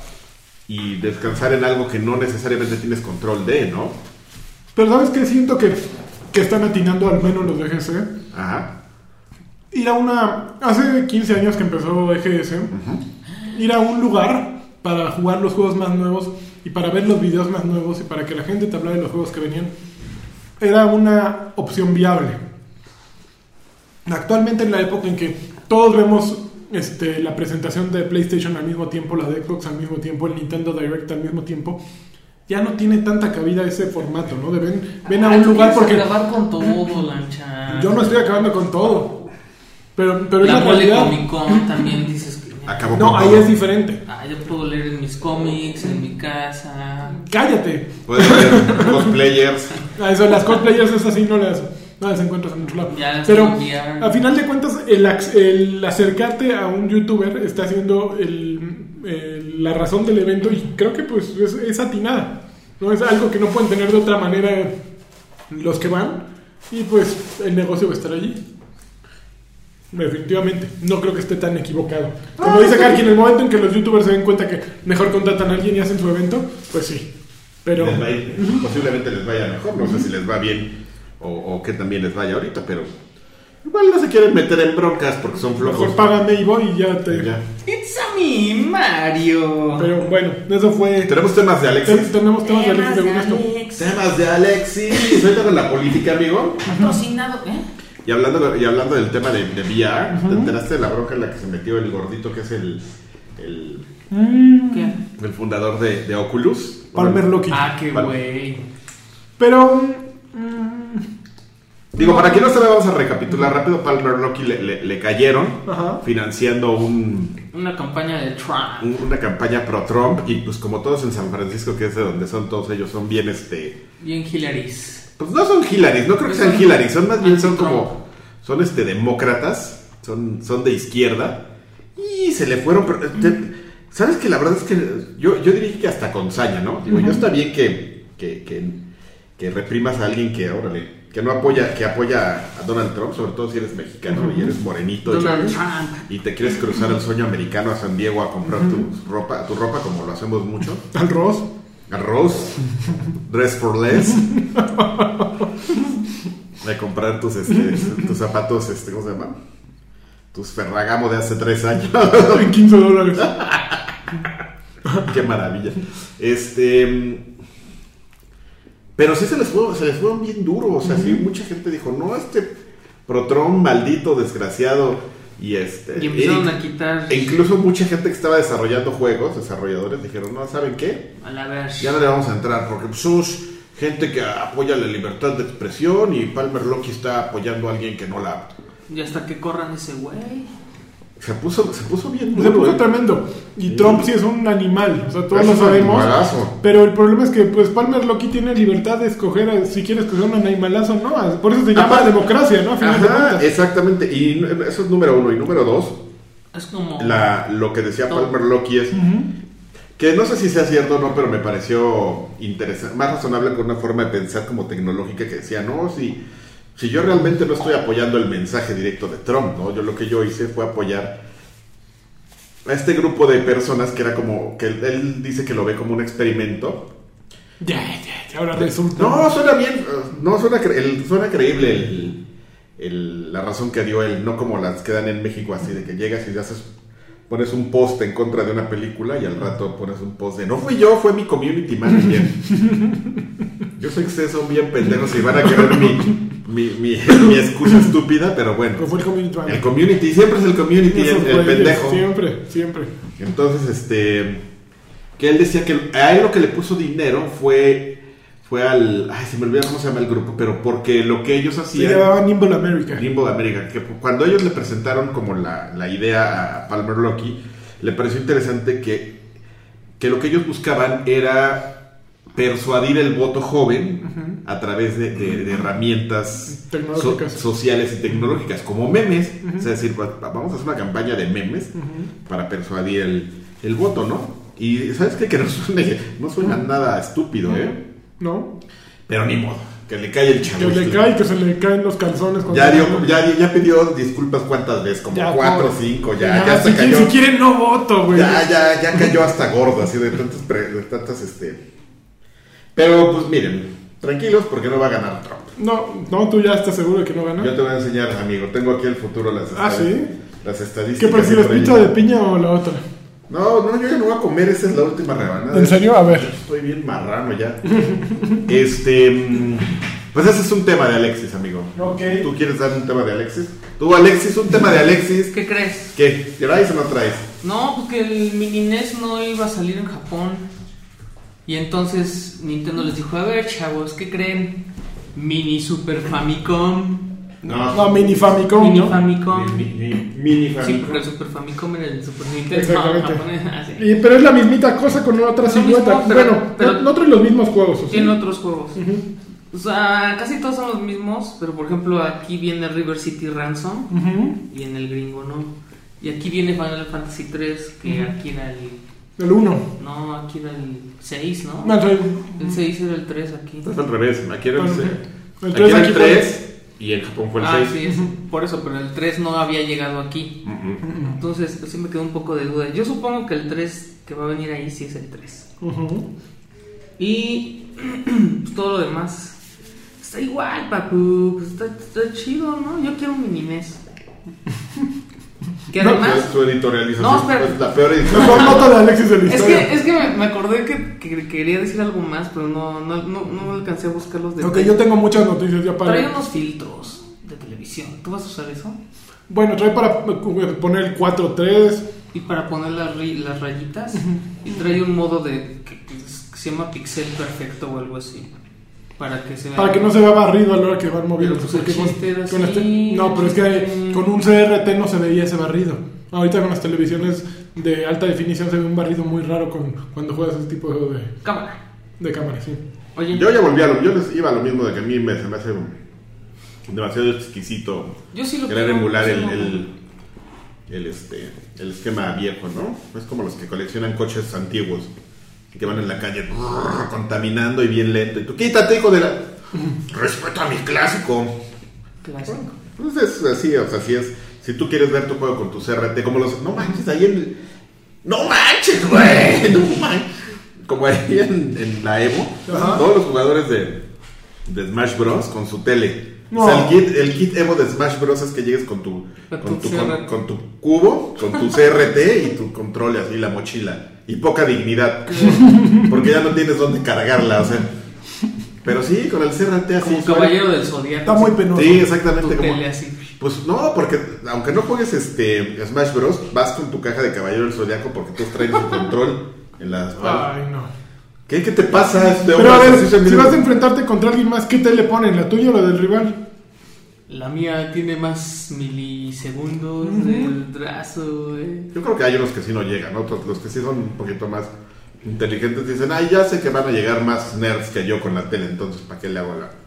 y descansar en algo que no necesariamente tienes control de, ¿no? Pero ¿sabes qué? Siento que, que están atinando al menos los de G C. Ajá. Ir a una... Hace quince años que empezó E G S. Uh-huh. Ir a un lugar para jugar los juegos más nuevos y para ver los videos más nuevos y para que la gente te hablara de los juegos que venían. Era una opción viable. Actualmente, en la época en que todos vemos este, la presentación de PlayStation al mismo tiempo, la de Xbox al mismo tiempo, el Nintendo Direct al mismo tiempo, ya no tiene tanta cabida ese formato, ¿no? De ven, ven a un lugar porque... acabar con todo, Lancha. Yo no estoy acabando con todo. Pero, pero la es la realidad. Comic Con también dices que... Acabo no, con ahí todo. es diferente. Ah, yo puedo leer en mis cómics, en mi casa. ¡Cállate! Puedes ver cosplayers. A eso, las cosplayers es así, no las... No las encuentras en otro lado. Ya, pero a final de cuentas, el, el acercarte a un youtuber está siendo el, el, la razón del evento y creo que pues es, es atinada. No es algo que no pueden tener de otra manera los que van y pues el negocio va a estar allí. Definitivamente. No creo que esté tan equivocado. Como dice Karki, en el momento en que los youtubers se den cuenta que mejor contratan a alguien y hacen su evento, pues sí. Pero Les va a ir, uh-huh. Posiblemente les vaya mejor. No uh-huh. sé si les va bien. O, o que también les vaya ahorita, pero igual no se quieren meter en broncas porque son flojos. Mejor págame y voy y ya te... Ya. It's a me, Mario. Pero bueno, eso fue... Tenemos temas de Alexis. Tenemos temas de Alexis según esto. Temas de Alexis. Ahorita con la política, amigo. Patrocinado, ¿eh? Y hablando, y hablando del tema de, de V R, uh-huh. ¿Te enteraste de la bronca en la que se metió el gordito que es el... el mm. ¿Qué? El fundador de, de Oculus. Palmer Luckey. Ah, qué güey. Pero... Digo, para quien no sabe, vamos a recapitular rápido. Palmer Luckey le, le, le cayeron Ajá. financiando un una campaña de Trump, un, una campaña pro Trump y pues como todos en San Francisco, que es de donde son todos ellos, son bien este bien Hillary's. Pues no son Hillary's, no creo que sean Hillary's, son más bien son como son este demócratas, son son de izquierda y se le fueron. Pero, te, sabes que la verdad es que yo yo diría que hasta con saña, ¿no? Digo, uh-huh. yo está bien que que, que que reprimas a alguien que órale que no apoya, que apoya a Donald Trump, sobre todo si eres mexicano uh-huh. y eres morenito y, y te quieres cruzar el sueño americano a San Diego a comprar uh-huh. tu ropa, tu ropa como lo hacemos mucho. Al Ross. Al Ross. Dress for less. De comprar tus este, tus zapatos, este, ¿cómo se llama? Tus Ferragamo de hace tres años. En quince dólares. Qué maravilla. Este... Pero sí se les fue, se les fueron bien duro, o sea, uh-huh. sí, mucha gente dijo, no, este Protron maldito, desgraciado, y este... Y empezaron y, a quitar... E incluso mucha gente que estaba desarrollando juegos, desarrolladores, dijeron, no, ¿saben qué? A la vez. Ya no le vamos a entrar, porque sos gente que apoya la libertad de expresión, y Palmer Luckey está apoyando a alguien que no la... Y hasta que corran ese güey... Se puso, se puso bien duro. Se puso ¿eh? tremendo. Y sí. Trump sí es un animal, o sea, todos es lo sabemos. Animalazo. Pero el problema es que pues Palmer Luckey tiene libertad de escoger si quiere escoger un animalazo o no. Por eso se llama Ajá. democracia, ¿no? A final Ajá, de cuentas. Exactamente. Y eso es número uno. Y número dos, es como la, lo que decía no. Palmer Luckey es uh-huh. que no sé si sea cierto o no, pero me pareció interesante, más razonable con una forma de pensar como tecnológica, que decía, no, si, si yo realmente no estoy apoyando el mensaje directo de Trump, ¿no? Yo lo que yo hice fue apoyar a este grupo de personas que era como, que él, él dice que lo ve como un experimento. Ya, ya, ya, ahora resulta. No, suena bien, no, suena, cre- el, suena creíble el, el, la razón que dio él, no como las que dan en México, así de que llegas y haces, pones un post en contra de una película y al rato pones un post de, no fui yo, fue mi community manager. Yo sé que ustedes son bien pendejos y van a querer mi... Mi, mi, mi excusa estúpida, pero bueno. Pero fue el community manager. El community, siempre es el community, el, el pendejo. Siempre, siempre. Entonces, este... Que él decía que a él lo que le puso dinero fue... Fue al... Ay, se me olvidó cómo se llama el grupo, pero porque lo que ellos hacían... Se llamaba Nimble America. Nimble America. Que cuando ellos le presentaron como la, la idea a Palmer Luckey, le pareció interesante que, que lo que ellos buscaban era persuadir el voto joven uh-huh. a través de, de, de herramientas so, sociales y tecnológicas, como memes. Uh-huh. Es decir, vamos a hacer una campaña de memes uh-huh. para persuadir el, el voto, ¿no? Y ¿sabes qué? Que no suena, no suena uh-huh. nada estúpido, ¿eh? No. Pero ni modo, que le cae el chavo. Que le cae, que se le caen los calzones. Ya, dio, ya, ya pidió disculpas cuántas veces, como ya, cuatro o cinco, ya, ya, ya si, se cayó. Si quieren no voto, güey. Ya, ya, ya cayó hasta gordo, así de tantas, de tantas, este... Pero, pues miren, tranquilos porque no va a ganar Trump. No, no, tú ya estás seguro de que no gana. Yo te voy a enseñar, amigo, tengo aquí el futuro, las Ah, ¿sí? Las estadísticas. ¿Qué prefieres, pizza de piña o la otra? No, no, yo ya no voy a comer, esa es la última rebanada. ¿En serio? A ver. Yo estoy bien marrano ya. este... Pues ese es un tema de Alexis, amigo. Ok. ¿Tú quieres dar un tema de Alexis? Tú, Alexis, un tema de Alexis. ¿Qué crees? ¿Qué? ¿Traes o no traes? No, porque el mini N E S no iba a salir en Japón. Y entonces Nintendo les dijo, a ver, chavos, ¿qué creen? Mini Super Famicom. No, no Mini Famicom, Mini ¿no? Famicom. Mi, mi, mi, mini Famicom. Sí, porque el Super Famicom era el Super Nintendo. Exactamente. No, ah, sí. y, pero es la mismita cosa con otra silueta. Pero, bueno, pero, no, no trae los mismos juegos. ¿sí? Tiene otros juegos. Uh-huh. O sea, casi todos son los mismos, pero por ejemplo aquí viene River City Ransom uh-huh. y en el gringo no. Y aquí viene Final Fantasy tres, que uh-huh. aquí era el... El uno. No, aquí era el seis, ¿no? no el, el seis era el tres aquí. Es al revés, aquí era el, el tres, aquí era el tres y en Japón fue el ah, seis. Ah, sí, es, por eso, pero el tres no había llegado aquí. Uh-huh. Entonces, pues, sí me quedó un poco de duda. Yo supongo que el tres que va a venir ahí sí es el tres. Uh-huh. Y pues, todo lo demás está igual, papu. Pues está, está chido, ¿no? Yo quiero un mini N E S. Que además... No, tu editorialización no, espera. es la peor edición. Mejor nota de Alexis de la Es historia. que, es que me, me acordé que, que quería decir algo más, pero no, no, no, no alcancé a buscar los detalles. Ok, yo tengo muchas noticias ya para... Trae unos filtros de televisión. ¿Tú vas a usar eso? Bueno, trae para poner el cuatro tres. Y para poner las, las rayitas. Uh-huh. Y trae un modo de que, que se llama pixel perfecto o algo así. Para que se vea... Para que no se vea barrido a la hora que van moviendo. Pero pues con, con este, no, pero es que con un C R T no se veía ese barrido. Ahorita con las televisiones de alta definición se ve un barrido muy raro con, cuando juegas ese tipo de... Cámara. De cámara, sí. Oye, yo ya volví a lo... Yo les iba a lo mismo de que a mí me, se me hace demasiado exquisito. Yo sí lo querer quiero, emular sí el, lo... el, el, este, el esquema viejo, ¿no? Es como los que coleccionan coches antiguos que van en la calle brrr, contaminando y bien lento. Y tú, quítate, hijo de la... Respeto a mi clásico. Clásico. Pues es así, o sea, así es. Si tú quieres ver tu juego con tu C R T, como los... No manches, ahí en... No manches, güey. No manches. Como ahí en, en la Evo. Ajá. Todos los jugadores de, de Smash Bros. Con su tele. No. O sea, el kit, el kit Evo de Smash Bros. Es que llegues con tu, con tu, con, con tu cubo, con tu C R T y tu control y así, la mochila. Y poca dignidad. Porque ya no tienes dónde cargarla, o sea... Pero sí, con el C R T así... Como caballero del Zodiaco. Está muy penoso. Sí, exactamente. Como, así. Pues no, porque aunque no juegues este Smash Bros, vas con tu caja de caballero del Zodiaco porque tú traes tu control en la espalda. Ay, no. ¿Qué, qué te pasa? Este Pero a ver, si vas a enfrentarte contra alguien más, ¿qué te le ponen? ¿La tuya o la del rival? La mía tiene más milisegundos uh-huh. del brazo, eh. Yo creo que hay unos que sí no llegan, otros los que sí son un poquito más inteligentes dicen, ay, ya sé que van a llegar más nerds que yo con la tele, entonces ¿para qué le hago la...?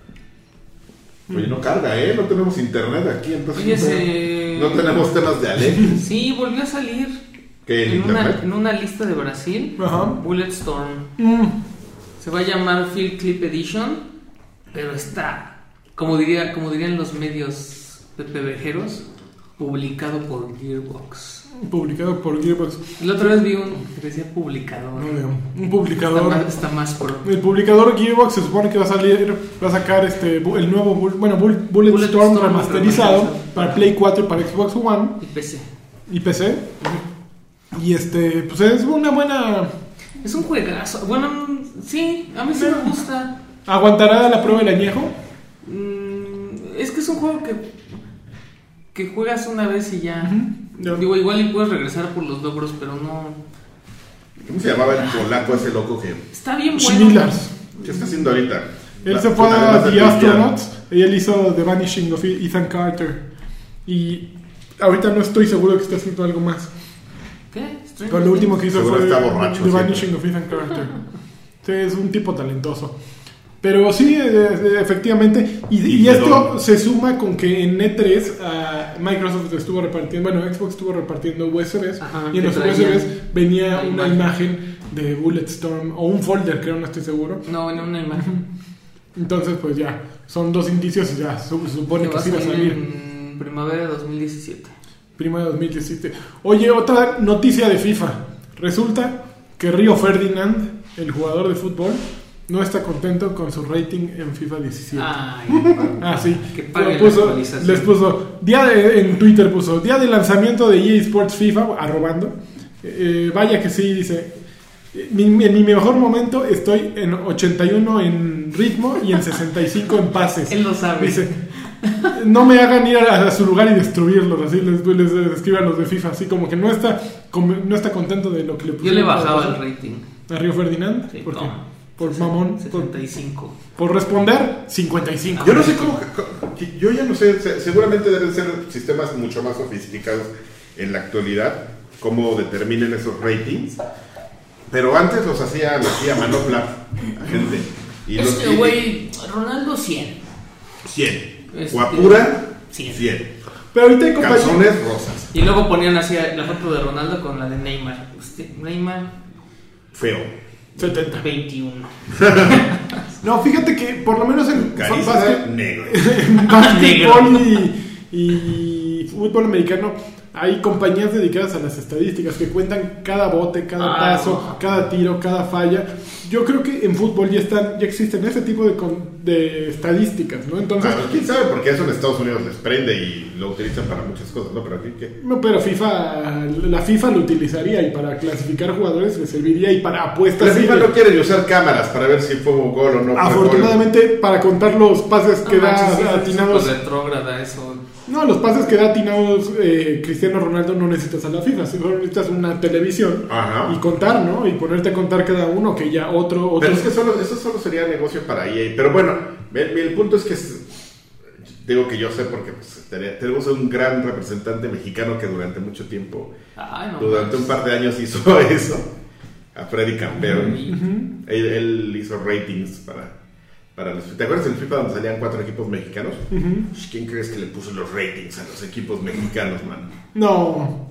Oye, no carga, ¿eh? No tenemos internet aquí, entonces Oye, no, se... no tenemos temas de Alexis. Sí, volvió a salir ¿Qué, en, en, internet? una, en una lista de Brasil. Ajá. Bulletstorm. Mm. Se va a llamar Field Clip Edition, pero está, como diría, como dirían los medios pepevejeros, publicado por Gearbox. Publicado por Gearbox. La otra vez vi un que decía publicador. No, un publicador. Está más, está más pro. El publicador Gearbox se supone que va a salir, va a sacar este el nuevo, bueno, Bulletstorm Bulletstorm remasterizado, remasterizado para Play cuatro y para Xbox One y P C. Y P C. Uh-huh. Y este, pues es una buena. Es un juegazo. Bueno, sí, a mí sí me gusta. ¿Aguantará la prueba del añejo? Mm, es que es un juego que que juegas una vez y ya. Uh-huh. No. Digo, igual y puedes regresar por los logros, pero no. ¿Cómo se llamaba el polaco ese loco que...? Está bien bueno. Schmillers. ¿Qué está haciendo ahorita? Él La, se fue a The Astronauts ya. y él hizo The Vanishing of Ethan Carter. Y ahorita no estoy seguro que esté haciendo algo más. ¿Qué? Pero lo último que hizo Seguro fue está borracho, The siempre. Vanishing of Ethan Carter. Sí, es un tipo talentoso. Pero sí, eh, efectivamente. Y, y, Y esto quedó. se suma con que en E tres uh, Microsoft estuvo repartiendo, bueno, Xbox estuvo repartiendo U S Bs. Ajá, y en que los U traían S Bs venía la una imagen. imagen de Bulletstorm o un folder, creo, no estoy seguro. No, en una imagen. Entonces, pues ya, son dos indicios y ya su- supone que va a sí va a salir. en primavera de dos mil diecisiete. Prima de dos mil diecisiete. Oye, otra noticia de FIFA. Resulta que Río Ferdinand, el jugador de fútbol, no está contento con su rating en FIFA diecisiete. Ay, Ah, sí. que pague la Puso- actualización. les puso, día de, en Twitter puso, día de lanzamiento de E A Sports FIFA, arrobando. Eh, vaya que sí, dice, mi- mi- en mi mejor momento estoy en ochenta y uno en ritmo y en sesenta y cinco en pases. Él lo sabe. Dice, no me hagan ir a, a su lugar y destruirlos, así les, les, les escribe a los de FIFA, así como que no está, como- no está contento de lo que le Yo pusieron. le bajaba el rating. ¿A Río Ferdinand? Sí, ¿Por qué? no. Por mamón. Por, setenta y cinco. por responder, cincuenta y cinco. Yo no sé cómo, cómo- que- yo ya no sé, se- seguramente deben ser sistemas mucho más sofisticados en la actualidad, cómo determinen esos ratings, pero antes los hacía, los hacía manopla a gente. Y los, Este y- güey, Ronaldo cien. cien. Este, Guapura, cien. cien. Pero ahorita hay compañías. Calzones rosas. Y luego ponían así la foto de Ronaldo con la de Neymar. Usted, Neymar, Feo. setenta. veintiuno. No, fíjate que por lo menos en Carisma básquet- negro. en básquetbol y, y fútbol americano hay compañías dedicadas a las estadísticas que cuentan cada bote, cada Ah, paso, no. cada tiro, cada falla. Yo creo que en fútbol ya están, ya existen ese tipo de, con- de estadísticas, ¿no? Entonces, Ah, quién sabe, porque eso en Estados Unidos les prende y lo utilizan para muchas cosas, ¿no? Pero aquí, ¿qué? no, pero FIFA, la FIFA lo utilizaría y para clasificar jugadores le serviría y para apuestas. La FIFA sí, no quiere usar cámaras para ver si fue un gol o no fue afortunadamente para contar los pases que No da manches, sí, es atinados. súper retrógrada eso. No, los pases que da atinados eh, Cristiano Ronaldo no necesitas a la FIFA, solo necesitas una televisión Ajá. y contar, ¿no? Y ponerte a contar cada uno, que ya otro, otro. Pero es que solo, eso solo sería negocio para E A. Pero bueno, el, el punto es que es- digo que yo sé porque pues, tene- tenemos un gran representante mexicano que durante mucho tiempo, Ay, no. durante un par de años hizo eso, a Freddy Campeón. Y- Él, él hizo ratings para, para los... ¿Te acuerdas del FIFA donde salían cuatro equipos mexicanos? Ujú. ¿Quién crees que le puso los ratings a los equipos mexicanos, man? No.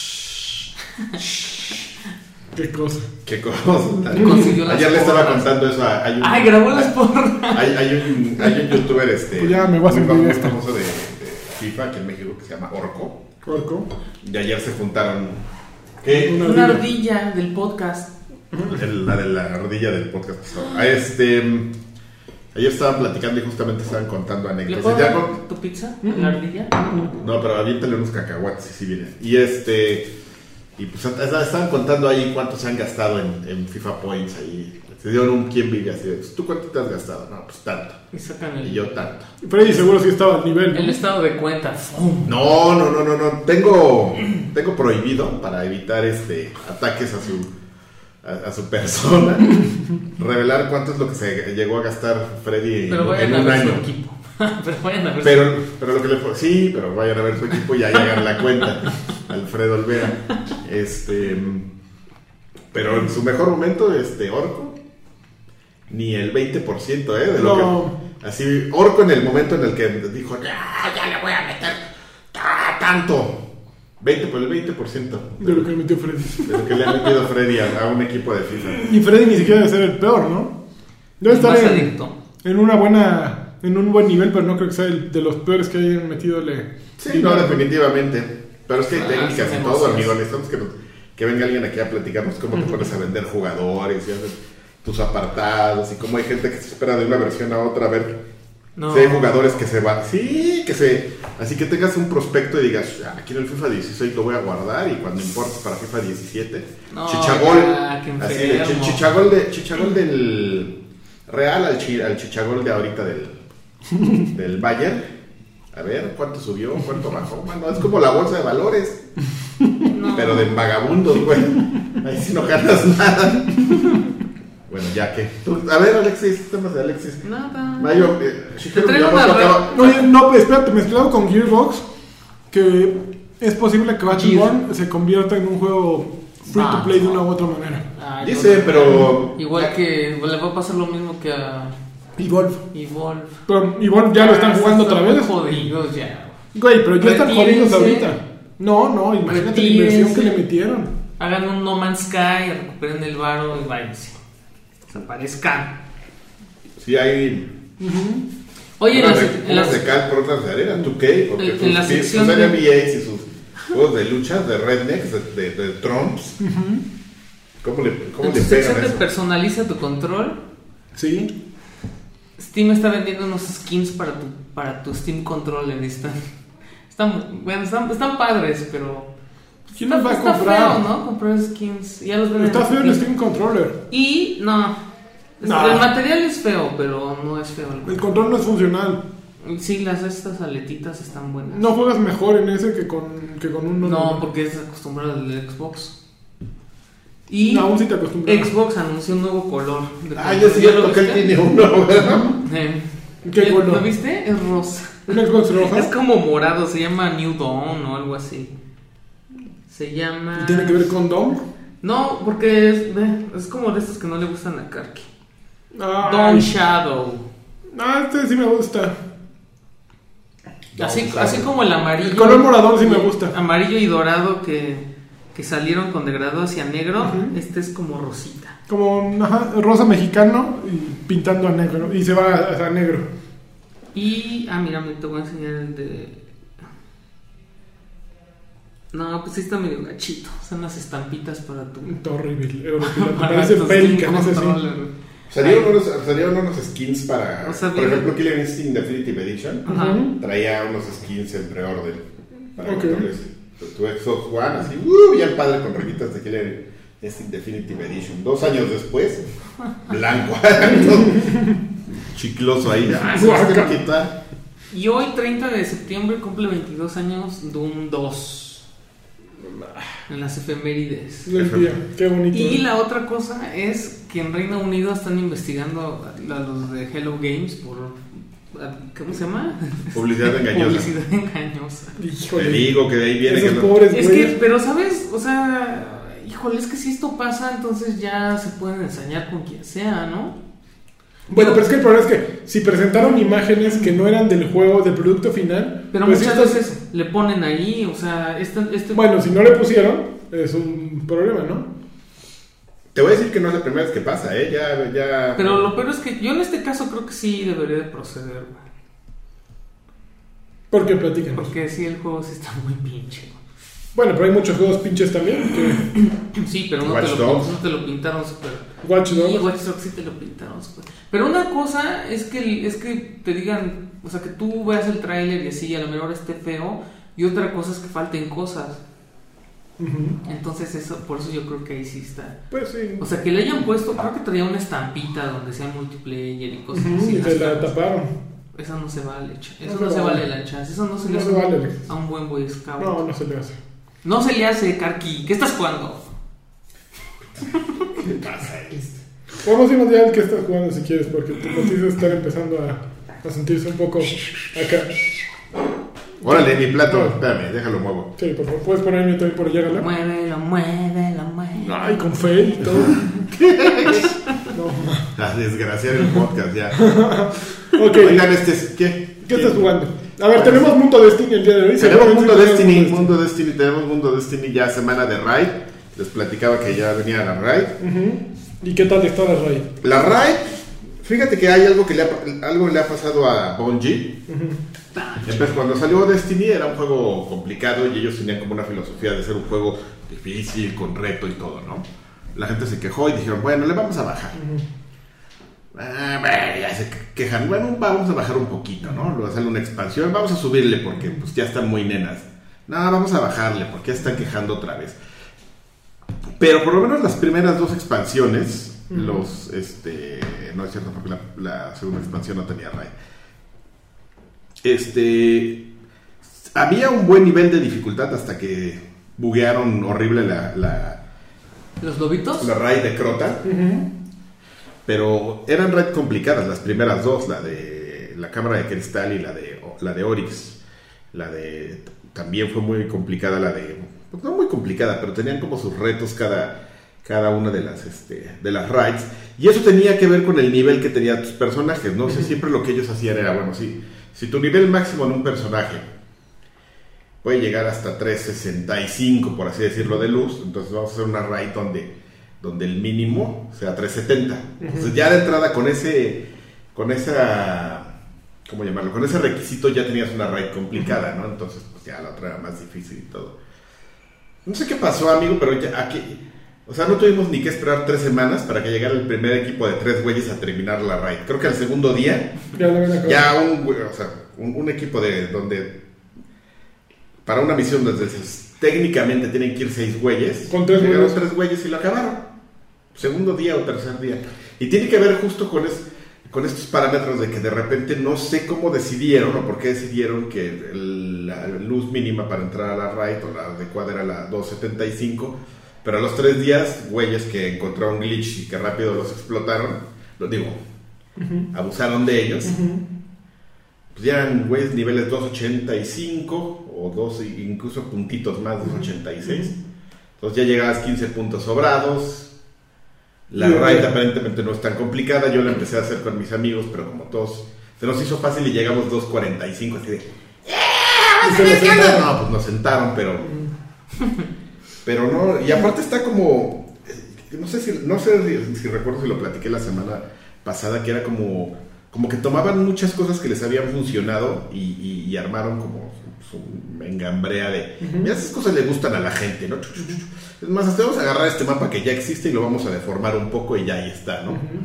Qué cosa. Qué cosa. Consiguió las Ayer le estaba porras. contando eso a... Hay un, Ay, grabó las porras. Hay, hay, un, hay un youtuber este, Pues ya me voy a muy servir famoso, esto. famoso de, de FIFA aquí en México que se llama Orco. Orco. Y ayer se juntaron. ¿Qué? Una Una ardilla. ardilla del podcast. El- la de la ardilla del podcast pasado. Ah, este, ayer estaban platicando y justamente estaban contando ¿Le anécdotas. puedo Ya dar con- tu pizza? ¿La ardilla? no, pero aviéntale unos cacahuates y si vienen. Y este. Y pues estaban contando ahí cuánto se han gastado en, en FIFA Points ahí. Se dieron un quién vive así. de, ¿Tú cuánto te has gastado? No, pues tanto. Y sacan Y el, yo tanto. Freddy seguro sí estaba al nivel, ¿no? el estado de cuenta. ¡Fum! No, no, no, no, no. Tengo, tengo prohibido para evitar este ataques a su a, a su persona revelar cuánto es lo que se llegó a gastar Freddy en, Pero vayan en a un ver año. su equipo. Pero vayan a ver Pero, pero lo que le fue, sí, pero vayan a ver su equipo y ya llegan la cuenta. Alfredo Olvera. Este, pero en su mejor momento, este Orco, ni el veinte por ciento, ¿eh? De lo No. que, así, Orco en el momento en el que dijo, ya, ya le voy a meter ta- tanto. veinte por el veinte por ciento De lo que metió Freddy. de lo que le ha metido Freddy a, a un equipo de FIFA. Y Freddy ni siquiera debe ser el peor, ¿no? Debe estar Más en, adicto. en una buena, en un buen nivel, pero no creo que sea el de los peores que hayan metido le. Sí, no, definitivamente. Pero es que hay Ah, técnicas son y todo, negocios. amigo. Necesitamos que, nos- que venga alguien aquí a platicarnos cómo te pones a vender jugadores y haces tus apartados y cómo hay gente que se espera de una versión a otra a ver No. si hay jugadores que se van. Sí, que se. Así que tengas un prospecto y digas, "Ah, aquí en el FIFA dieciséis lo voy a guardar y cuando importe para FIFA diecisiete, No, Chichagol. ya, qué Así de enfermo. chi- chichagol, de, chichagol del Real al, chi- al Chichagol de ahorita del, del Bayern. A ver, ¿cuánto subió? ¿Cuánto bajó? Mano, es como la bolsa de valores, No. pero de vagabundos, güey. Ahí sí no ganas nada. Bueno, ya que. Tú- a ver, Alexis, temas de Alexis. Nada. Mayo, eh, Shigeru Te traigo Miyamoto una acaba- No, oye, no, espérate, mezclado con Gearbox, que es posible que Battleborn se convierta en un juego free Ah, to play de no. una u otra manera. Ah, Dice, yo- pero... Igual que le va a pasar lo mismo que a Evolve. Evolve. Pero Evolve ya lo están Ah, jugando otra muy vez. jodidos ya. Güey, pero ya están jodidos Retírense. ahorita. No, no, imagínate la inversión que le metieron. Hagan un No Man's Sky, recuperen el varo y váyanse. Desaparezcan. Sí hay... Oye, en unas la, de, sec- en unas la- de cal por otras de arena, ¿tú qué? Porque En- en sus, la sus sección de- N B As y sus juegos de lucha, de rednecks, de, de, de trumps. ¿Cómo le, cómo en le tu sección pegan de eso? personaliza tu control, Sí. Steam está vendiendo unos skins para tu, para tu Steam Controller. y Están, están, bueno, están, están padres, pero ¿Quién los va a está comprar? feo, ¿no? Comprar skins. Ya los venden Está en feo el Steam. Steam Controller. Y no, No. el material es feo, pero no es feo. el- El control no es funcional. Sí, las estas aletitas están buenas. No juegas mejor en ese que con, que con un No, porque es acostumbrado al Xbox. Y No, aún sí te acostumbras. Xbox anunció un nuevo color. de Ah, control. ya es ¿Ya cierto lo que él viste? tiene uno, ¿verdad? Eh, ¿Qué ¿ya- color? ¿Lo viste? Es rosa. ¿Un Xbox roja? Es como morado, se llama New Dawn o algo así. Se llama... ¿Y tiene que ver con Dom? No, porque es, ve, es como de estos que no le gustan a Karki. Ah, Dawn Shadow. ah, este sí me gusta. Así, Shadow. así como el amarillo. El color morador sí me gusta. Amarillo y dorado que, que salieron con degradado hacia negro. Ujú. Este es como rosita. Como ajá, rosa mexicano y pintando a negro. Y se va a, a negro. Y, ah, mira, me te voy a enseñar el de... No, pues sí está medio gachito. Son las estampitas para tu... Está horrible. horrible. para Parece tu Pelican, Steam ese sí. Controller. Salieron unos, salieron unos skins para, O sea, por viene- ejemplo, Killer Instinct Definitive Edition. Ajá. Ujú. Traía unos skins en preorden para Ok. controles. Tu, tu Xbox One, así, uh, bien padre con rayitas de Killer Instinct Definitive Edition. Dos años después, blanco. Chicloso ahí. Ah, se los quiero quitar. Y hoy, treinta de septiembre, cumple veintidós años Doom dos. En las efemérides. Del día. Qué bonito. Y la otra cosa es que en Reino Unido están investigando a los de Hello Games por... ¿Cómo se llama? Publicidad engañosa. Publicidad engañosa. Híjole. Te digo que de ahí viene Esos que no- pobres Es güeyes. que, pero sabes, o sea, híjole, es que si esto pasa, entonces ya se pueden ensañar con quien sea, ¿no? Bueno, pero es que el problema es que si presentaron imágenes que no eran del juego, del producto final. Pero pues muchas sí estás- veces le ponen ahí, o sea, este, este Bueno, si no le pusieron, es un problema, ¿no? Te voy a decir que no es la primera vez que pasa, ¿eh? Ya, ya... pero lo peor es que yo en este caso creo que sí debería de proceder, güey. Porque platican. Porque sí, el juego sí está muy pinche, güey. Bueno, pero hay muchos juegos pinches también. Que Sí, pero no, Watch te lo, Dogs. no te lo pintaron súper. Watch Sí, Dogs. Watch Dogs sí te lo pintaron súper. Pero una cosa es que, es que te digan, o sea, que tú veas el tráiler y así, a lo mejor esté feo. Y otra cosa es que falten cosas. Ujú. Entonces, eso, por eso yo creo que ahí sí está. Pues sí. O sea, que le hayan puesto, creo que traía una estampita donde sea multiplayer y cosas Ujú, así. y se la las- taparon. Eso no se vale, ch- No eso se no se vale. vale la chance. Eso no se le No hace se vale, Alex. a un buen Boy Scout. No, no se le hace. No se le hace, Karki. ¿Qué estás jugando? ¿Qué pasa esto? Podemos irnos ya al que estás jugando si quieres, porque tu noticia está empezando a, a sentirse un poco acá. Órale, mi plato, No. espérame, déjalo muevo. Sí, por favor, puedes ponerme también por allá, Gala. Muévelo, muévelo, muévelo. Ay, con fe y todo. No, A desgraciar el podcast ya. ok. Oigan, este es. ¿Qué? ¿Qué estás jugando? A ver, tenemos Mundo Destiny el día de hoy. Tenemos Seguramente Mundo tenemos Destiny, Mundo Mundo Destiny, tenemos Mundo Destiny ya semana de Raid. Les platicaba que ya venía la Raid. Ujú. ¿Y qué tal está la raid? La Raid, fíjate que hay algo que le ha, algo le ha pasado a Bungie. Entonces, cuando salió Destiny era un juego complicado y ellos tenían como una filosofía de ser un juego difícil, con reto y todo, ¿no? La gente se quejó y dijeron, bueno, le vamos a bajar. Ah, bueno, ya se quejan, bueno, vamos a bajar un poquito, ¿no? Luego sale una expansión, vamos a subirle porque pues ya están muy nenas. No, vamos a bajarle porque ya están quejando otra vez. Pero por lo menos las primeras dos expansiones, Ujú. los, este, no es cierto porque la, la segunda expansión no tenía raid. Este, había un buen nivel de dificultad hasta que buguearon horrible la, la, ¿Los lobitos? la raid de Crota. Ujú. Pero eran raid complicadas las primeras dos, la de la cámara de cristal y la de la de Oryx. La de también fue muy complicada la de pues no muy complicada, pero tenían como sus retos cada, cada una de las, este, de las raids. Y eso tenía que ver con el nivel que tenían tus personajes, ¿no? O sea, siempre lo que ellos hacían era, bueno, sí, si tu nivel máximo en un personaje puede llegar hasta trescientos sesenta y cinco, por así decirlo, de luz, entonces vamos a hacer una raid donde, donde el mínimo sea trescientos setenta. Entonces ya de entrada con ese, con esa... ¿cómo llamarlo? Con ese requisito ya tenías una raid complicada, ¿no? Entonces, pues ya la otra era más difícil y todo. No sé qué pasó, amigo, pero ya aquí... O sea, no tuvimos ni que esperar tres semanas para que llegara el primer equipo de tres güeyes a terminar la raid. Creo que al segundo día, ya, la ya un, o sea, un, un equipo de donde... Para una misión donde técnicamente tienen que ir seis güeyes. Con tres llegaron güeyes. tres güeyes y lo acabaron. Segundo día o tercer día. Y tiene que ver justo con eso. Con estos parámetros de que de repente no sé cómo decidieron o por qué decidieron que el, la luz mínima para entrar a la raid o la adecuada era la doscientos setenta y cinco, pero a los tres días, güeyes que encontraron glitch y que rápido los explotaron, lo digo, uh-huh. abusaron de ellos, uh-huh. pues ya eran güeyes niveles doscientos ochenta y cinco o dos, incluso puntitos más, doscientos ochenta y seis, uh-huh. entonces ya llegabas quince puntos sobrados. La raid aparentemente no es tan complicada. Yo la empecé a hacer con mis amigos, pero como todos se nos hizo fácil y llegamos doscientos cuarenta y cinco, así de ¡eh! No, pues nos sentaron, pero pero no, y aparte está como no sé si no sé si, si recuerdo si lo platiqué la semana pasada, que era como como que tomaban muchas cosas que les habían funcionado y, y, y armaron como su engambrea de uh-huh. mira, esas cosas le gustan a la gente, ¿no? Es más, hasta vamos a agarrar este mapa que ya existe y lo vamos a deformar un poco y ya ahí está, ¿no? Uh-huh.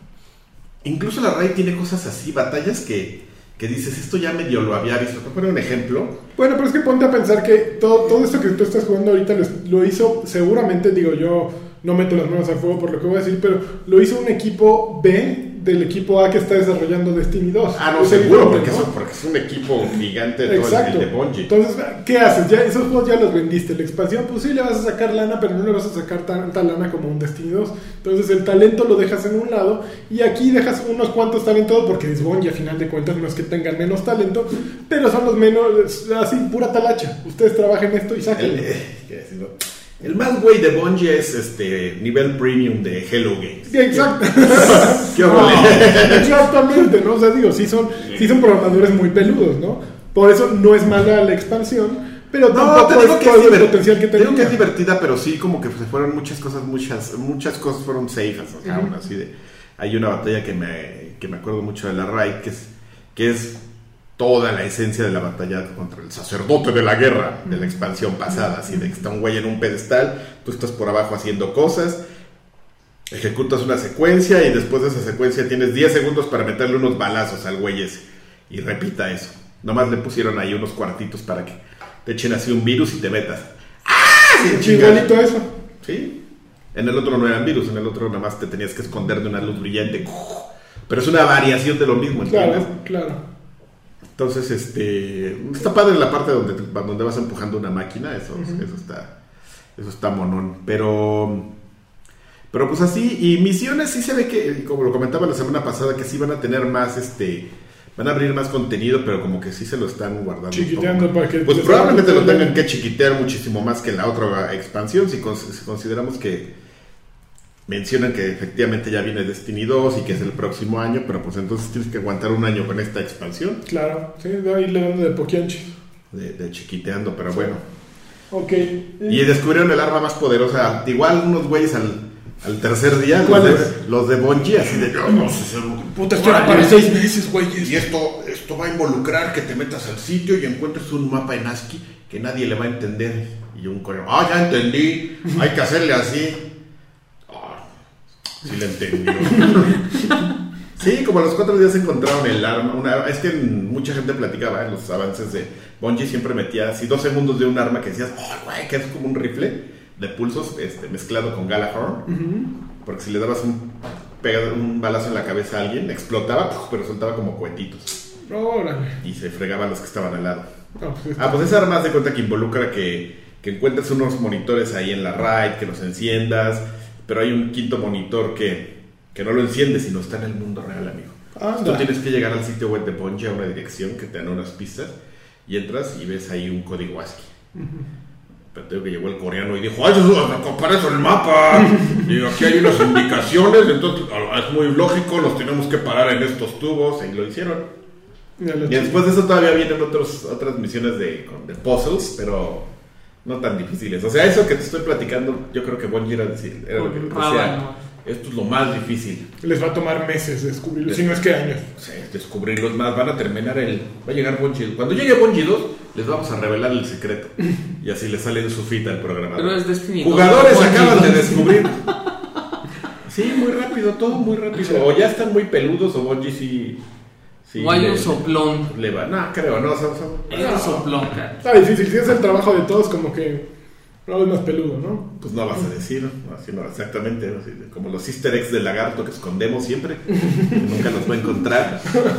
Incluso la raid tiene cosas así, batallas que, que dices, esto ya medio lo había visto. ¿Te poner un ejemplo? Bueno, pero es que ponte a pensar que todo, todo esto que tú estás jugando ahorita lo, lo hizo seguramente, digo, yo no meto las manos al fuego por lo que voy a decir, pero lo hizo un equipo B del equipo A que está desarrollando Destiny dos. Ah, no, seguro, porque, ¿no? Eso, porque es un equipo gigante de todo el, el de Bungie. Entonces, ¿qué haces? Ya esos juegos ya los vendiste. La expansión, pues sí, le vas a sacar lana, pero no le vas a sacar tanta lana como un Destiny dos. Entonces, el talento lo dejas en un lado y aquí dejas unos cuantos talentos, porque es Bungie, a final de cuentas, no es que tengan menos talento, pero son los menos, así, pura talacha. Ustedes trabajen esto y sáquenlo. El, eh, el más güey de Bungie es este nivel premium de Hello Games. Sí, exacto. ¿Qué no, exactamente, ¿no? O sea, digo, sí son, sí son programadores muy peludos, ¿no? Por eso no es mala la expansión, pero no, tampoco te digo es que todo es el divert- potencial que te digo tenía. que es divertida, pero sí como que se fueron muchas cosas, muchas muchas cosas fueron safe, o sea, uh-huh. así de, hay una batalla que me, que me acuerdo mucho de la raid, que es, que es toda la esencia de la batalla contra el sacerdote de la guerra de la expansión pasada, así de que está un güey en un pedestal, tú estás por abajo haciendo cosas, ejecutas una secuencia y después de esa secuencia tienes diez segundos para meterle unos balazos al güey ese y repita eso. Nomás le pusieron ahí unos cuartitos para que te echen así un virus y te metas. ¡Ah! Sí, igualito eso. Sí. En el otro no eran virus, en el otro nada más te tenías que esconder de una luz brillante. Pero es una variación de lo mismo, ¿entiendes? Claro, claro. Entonces, este, está padre la parte donde, donde vas empujando una máquina, eso, uh-huh. eso está, eso está monón, pero, pero pues así, y misiones sí se ve que, como lo comentaba la semana pasada, que sí van a tener más, este, van a abrir más contenido, pero como que sí se lo están guardando. Chiquiteando para que... Pues probablemente lo tengan que chiquitear muchísimo más que la otra expansión, si, cons- si consideramos que mencionan que efectivamente ya viene Destiny dos y que es el próximo año, pero pues entonces tienes que aguantar un año con esta expansión. Claro, sí, de ahí le dando de poquianchi. De, de chiquiteando, pero bueno. Ok. Y descubrieron el arma más poderosa. Igual unos güeyes al, al tercer día. ¿Cuál los es? De, los de Bungie, así de... No, no, puta, esto era para seis meses, güeyes. Y esto, esto va a involucrar que te metas al sitio y encuentres un mapa en ASCII que nadie le va a entender. Y un coreano, ah, ya entendí, hay que hacerle así. Sí le entendió. Sí, como a los cuatro días encontraron el arma. Una, es que mucha gente platicaba en los avances de Bungie, siempre metía así dos segundos de un arma que decías, oh, güey, que es como un rifle de pulsos este, mezclado con Galahorn. Uh-huh. Porque si le dabas un, pegado, un balazo en la cabeza a alguien, explotaba, pero soltaba como cuetitos. Órale. Y se fregaban los que estaban al lado. Oh, pues ah, pues esa arma se cuenta que involucra que, que encuentres unos monitores ahí en la raid, que los enciendas. Pero hay un quinto monitor que, que no lo enciende, sino está en el mundo real, amigo. Anda. Tú tienes que llegar al sitio web de Bungie, a una dirección que te dan unas pistas, y entras y ves ahí un código ASCII. Uh-huh. Pero tengo que llegó el coreano y dijo, ¡ay, eso, para eso el mapa! Y aquí hay unas indicaciones, entonces es muy lógico, los tenemos que parar en estos tubos, y lo hicieron. Y después de eso todavía vienen otros, otras misiones de, de puzzles, pero no tan difíciles. O sea, eso que te estoy platicando, yo creo que Bungie era, decir, era lo que decía, esto es lo más difícil. Les va a tomar meses descubrirlos, si no es que años. Sí, descubrirlos más, van a terminar el... Va a llegar Bungie. Cuando llegue Bungie dos, les vamos a revelar el secreto. Y así les sale en su fita el programador. Pero es Destiny. Jugadores acaban de descubrir. Sí, muy rápido, todo muy rápido. O ya están muy peludos o Bungie sí... sí o hay le, un soplón. Le va, no, creo, no. Son, son, hay no. un soplón, cara. Está difícil, si es el trabajo de todos, como que... No es más peludo, ¿no? Pues no vas a decir, ¿no? Así no, exactamente, ¿no? Así, como los easter eggs del lagarto que escondemos siempre, que nunca nos va a encontrar.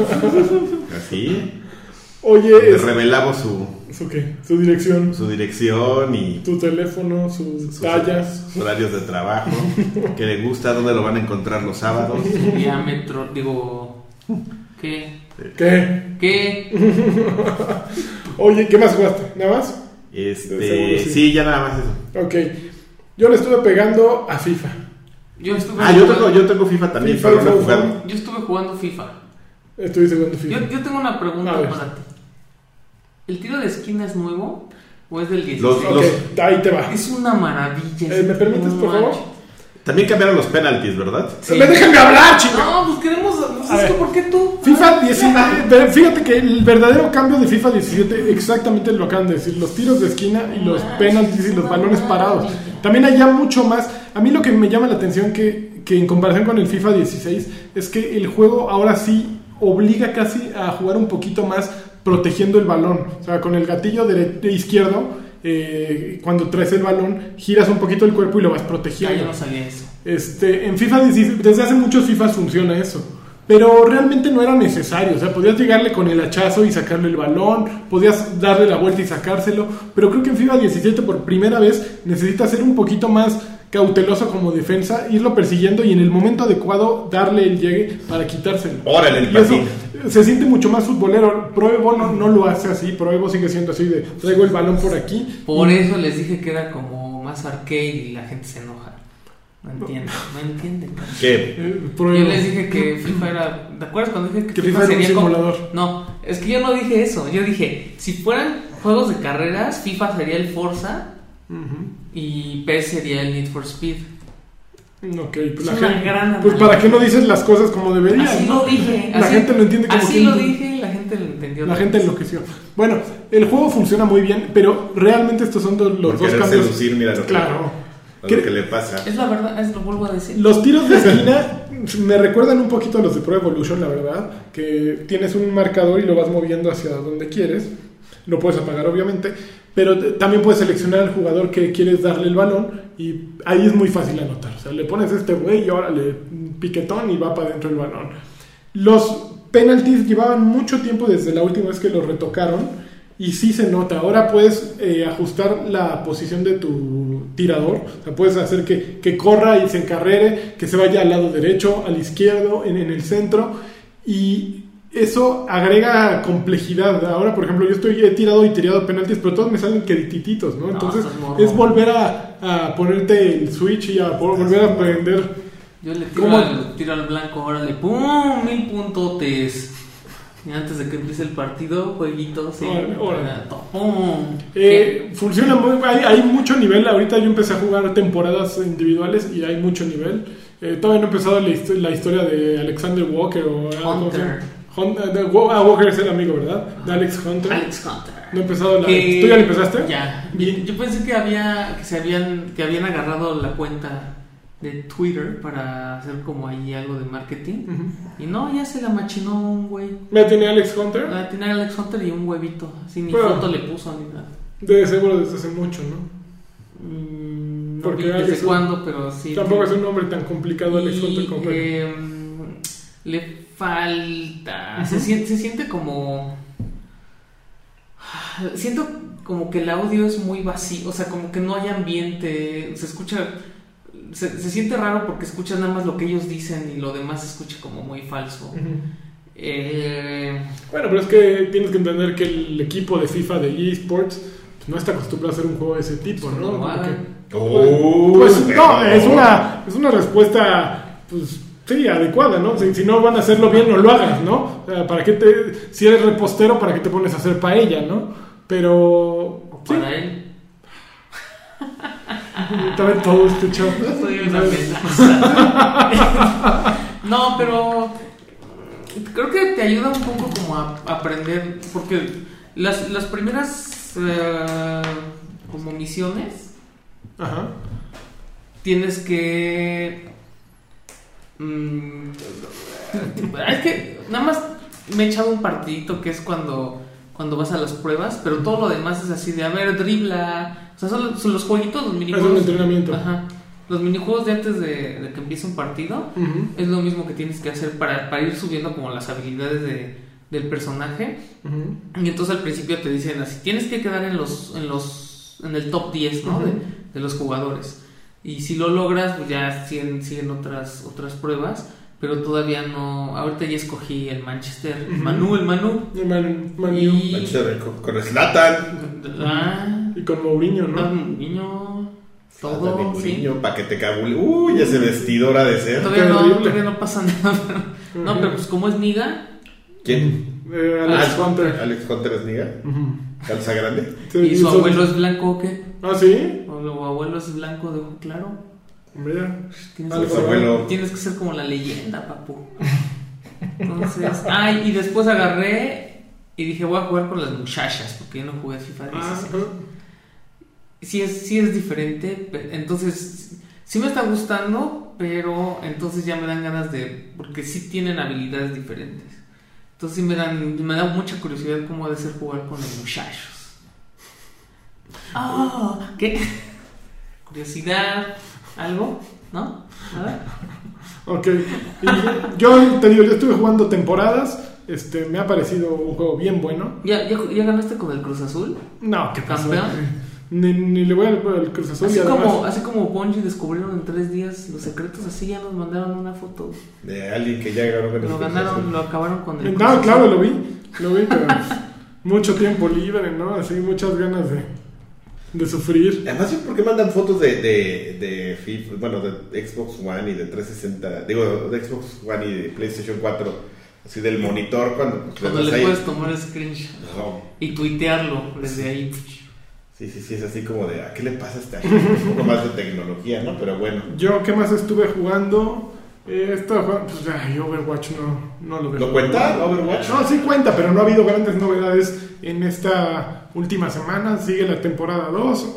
Así. Oye, le es... revelamos su... ¿Su qué? Su dirección. Su dirección y... Tu teléfono, sus, sus tallas. Sus horarios de trabajo, que le gusta, dónde lo van a encontrar los sábados. Su diámetro, digo... ¿Qué? ¿Qué? ¿Qué? Oye, ¿qué más jugaste? ¿Nada más? Este, sí. sí, ya nada más eso. Ok, yo le estuve pegando a FIFA. Yo estuve ah, yo tengo, yo tengo FIFA también, FIFA, pero no he jugando. jugado. Yo estuve jugando FIFA. Estuviste jugando FIFA. Yo, yo tengo una pregunta para ti. ¿El tiro de esquina es nuevo o es del dieciséis? Los, ok, los... ahí te va. Es una maravilla. Eh, ¿Me permites, por favor? También cambiaron los penalties, ¿verdad? Sí. ¡Me dejan de hablar, chico! No, pues queremos... Pues es que ¿por qué tú? FIFA diecisiete... Fíjate que el verdadero cambio de FIFA diecisiete exactamente lo acaban de decir. Los tiros de esquina y los penalties y los balones parados. También hay ya mucho más. A mí lo que me llama la atención que, que en comparación con el FIFA dieciséis es que el juego ahora sí obliga casi a jugar un poquito más protegiendo el balón. O sea, con el gatillo de, de izquierdo... Eh, cuando traes el balón, giras un poquito el cuerpo y lo vas protegiendo. Ya, yo no sabía eso. Este, en FIFA dieciséis, desde hace muchos FIFA funciona eso, pero realmente no era necesario. O sea, podías llegarle con el hachazo y sacarle el balón, podías darle la vuelta y sacárselo, pero creo que en FIFA diecisiete por primera vez necesitas ser un poquito más cauteloso como defensa, irlo persiguiendo y en el momento adecuado darle el llegue para quitárselo. Órale, el y eso se siente mucho más futbolero. Pro Evo no, no lo hace así. Pro Evo sigue siendo así de traigo el balón por aquí. Por y... eso les dije que era como más arcade y la gente se enoja. No entiendo, no entienden. ¿Qué? Eh, yo les dije que FIFA era... ¿Te acuerdas cuando dije que, que FIFA, FIFA era un sería simulador? Como... No, es que yo no dije eso. Yo dije, si fueran juegos de carreras, FIFA sería el Forza uh-huh. y P E S sería el Need for Speed. Ok, pues, es la una gente, gran pues para qué no dices las cosas como deberías. Así ¿no? lo dije. La así, gente lo entiende como así que... lo dije y la gente lo entendió. La gente enloqueció. Bueno, el juego funciona muy bien, pero realmente estos son los Por dos cambios. Lucir, mira lo claro. Que, lo que le pasa. Es la verdad, es lo vuelvo a decir. Los tiros de esquina me recuerdan un poquito a los de Pro Evolution, la verdad. Que tienes un marcador y lo vas moviendo hacia donde quieres. Lo puedes apagar, obviamente. Pero también puedes seleccionar al jugador que quieres darle el balón y ahí es muy fácil anotar. O sea, le pones a este güey y ahora le piquetón y va para adentro el balón. Los penalties llevaban mucho tiempo desde la última vez que los retocaron y sí se nota. Ahora puedes eh, ajustar la posición de tu tirador. O sea, puedes hacer que, que corra y se encarrere, que se vaya al lado derecho, al izquierdo, en, en el centro y... Eso agrega complejidad. Ahora, por ejemplo, yo estoy he tirado y tirado penaltis, pero todos me salen queritititos, ¿no? Entonces, no, es volver a, a ponerte el switch y a volver a aprender. Yo le tiro, al, tiro al blanco, órale, ¡pum! Mil puntotes. Y antes de que empiece el partido, jueguito, sí. Órale, órale. ¡Pum! Eh, funciona muy hay, hay mucho nivel. Ahorita yo empecé a jugar temporadas individuales y hay mucho nivel. Eh, todavía no he empezado la, la historia de Alexander Walker o algo así. Hunter, de, ah, Walker es el amigo, ¿verdad? De Alex Hunter. Alex Hunter. No he empezado la. Que, ¿Tú ya la empezaste? Ya. Bien. Yo pensé que había que se habían que habían agarrado la cuenta de Twitter para hacer como ahí algo de marketing uh-huh. y no, ya se la machinó un güey. ¿Ya tiene Alex Hunter? La tiene Alex Hunter y un huevito, así ni bueno, foto le puso ni nada. Debe seguro desde hace mucho, ¿no? Mm, no Porque vi desde es cuándo, pero sí. Tampoco es un nombre tan complicado Alex y, Hunter como eh, le falta, uh-huh. se, siente, se siente como siento como que el audio es muy vacío, o sea, como que no hay ambiente, se escucha, se, se siente raro porque escuchas nada más lo que ellos dicen y lo demás se escucha como muy falso. Uh-huh. eh, bueno, pero es que tienes que entender que el equipo de FIFA de eSports no está acostumbrado a hacer un juego de ese tipo, ¿no? No, Porque, Oh, pues pero- no, es una, es una respuesta, pues sí, adecuada, ¿no? Si, si no van a hacerlo bien, no lo hagas, ¿no? O sea, ¿para qué te, si eres repostero, ¿para qué te pones a hacer paella, ¿no? Pero, O sí, para él. también todo este show. Soy una amenaza. No, pero creo que te ayuda un poco como a aprender, porque las, las primeras eh, como misiones Ajá. tienes que mm, es que nada más me he echado un partidito que es cuando cuando vas a las pruebas, pero todo lo demás es así de a ver, dribla, o sea, son, son los jueguitos, los Es un minijuegos. entrenamiento. Ajá. Los minijuegos de antes de, de que empiece un partido Ujú, es lo mismo que tienes que hacer para, para ir subiendo como las habilidades de, del personaje. ujú. Y entonces al principio te dicen así, tienes que quedar en los en los en el top diez, ¿no? Ujú. de, de los jugadores. Y si lo logras, pues ya siguen, siguen otras otras pruebas, pero todavía no. Ahorita ya escogí el Manchester, Ujú. Manu, el Manu. Y Man, Man Y- U. Manchester con, con Zlatan. Ah, Y con Mourinho, ¿no? un niño, todo, sí. Para que te cabule. Uy, ese vestidor ha de ser. Todavía no, Terrible. todavía no pasa nada. No, Ujú. pero pues como es Niga ¿Quién? Eh, Alex Ah, Hunter. Alex Hunter es niga. Ujú. Calza grande. Sí, y su son- abuelo es blanco o qué, Ah, ¿sí? o su abuelo es blanco de ojo claro. Mira. Tienes, Algo que, Su abuelo. tienes que ser como la leyenda, papu. Entonces, ay, y después agarré y dije, voy a jugar con las muchachas, porque yo no jugué FIFA Ah, dieciséis. ajá. Sí es, sí es diferente, pe- entonces sí me está gustando, pero entonces ya me dan ganas de, porque sí tienen habilidades diferentes. Entonces sí me dan, me da mucha curiosidad cómo ha de ser jugar con los muchachos. Ah, ¿qué? Curiosidad, algo, ¿no? ¿Nada? Ok. Y yo te digo, yo estuve jugando temporadas. Este, me ha parecido un juego bien bueno. ¿Ya, ya, ya ganaste con el Cruz Azul? No, ¿qué pasó? ¿Campeón? Ni, ni le voy al, al Cruz Azul. Así y además- como, así como Bungie descubrieron en tres días los secretos, así ya nos mandaron una foto. De alguien que ya ganó con el Lo Cruz ganaron, Azul. lo acabaron con el Cruz No, Azul. claro, lo vi. Lo vi, pero mucho tiempo libre, ¿no? Así, muchas ganas de, de sufrir. Además, ¿por qué mandan fotos de, de, de FIFA, bueno, de Xbox One y de trescientos sesenta? Digo, de Xbox One y de PlayStation cuatro, así del monitor cuando... pues, Cuando das le ahí. puedes tomar el screenshot No. y tuitearlo desde ahí. Sí, sí, sí, es así como de, ¿a qué le pasa a esta gente? Un poco más de tecnología, ¿no? Pero bueno. Yo, ¿qué más estuve jugando? Eh, estaba jugando, pues, ay, Overwatch no, no lo veo. ¿Lo cuenta Overwatch? No, sí cuenta, pero no ha habido grandes novedades en esta última semana. Sigue la temporada dos.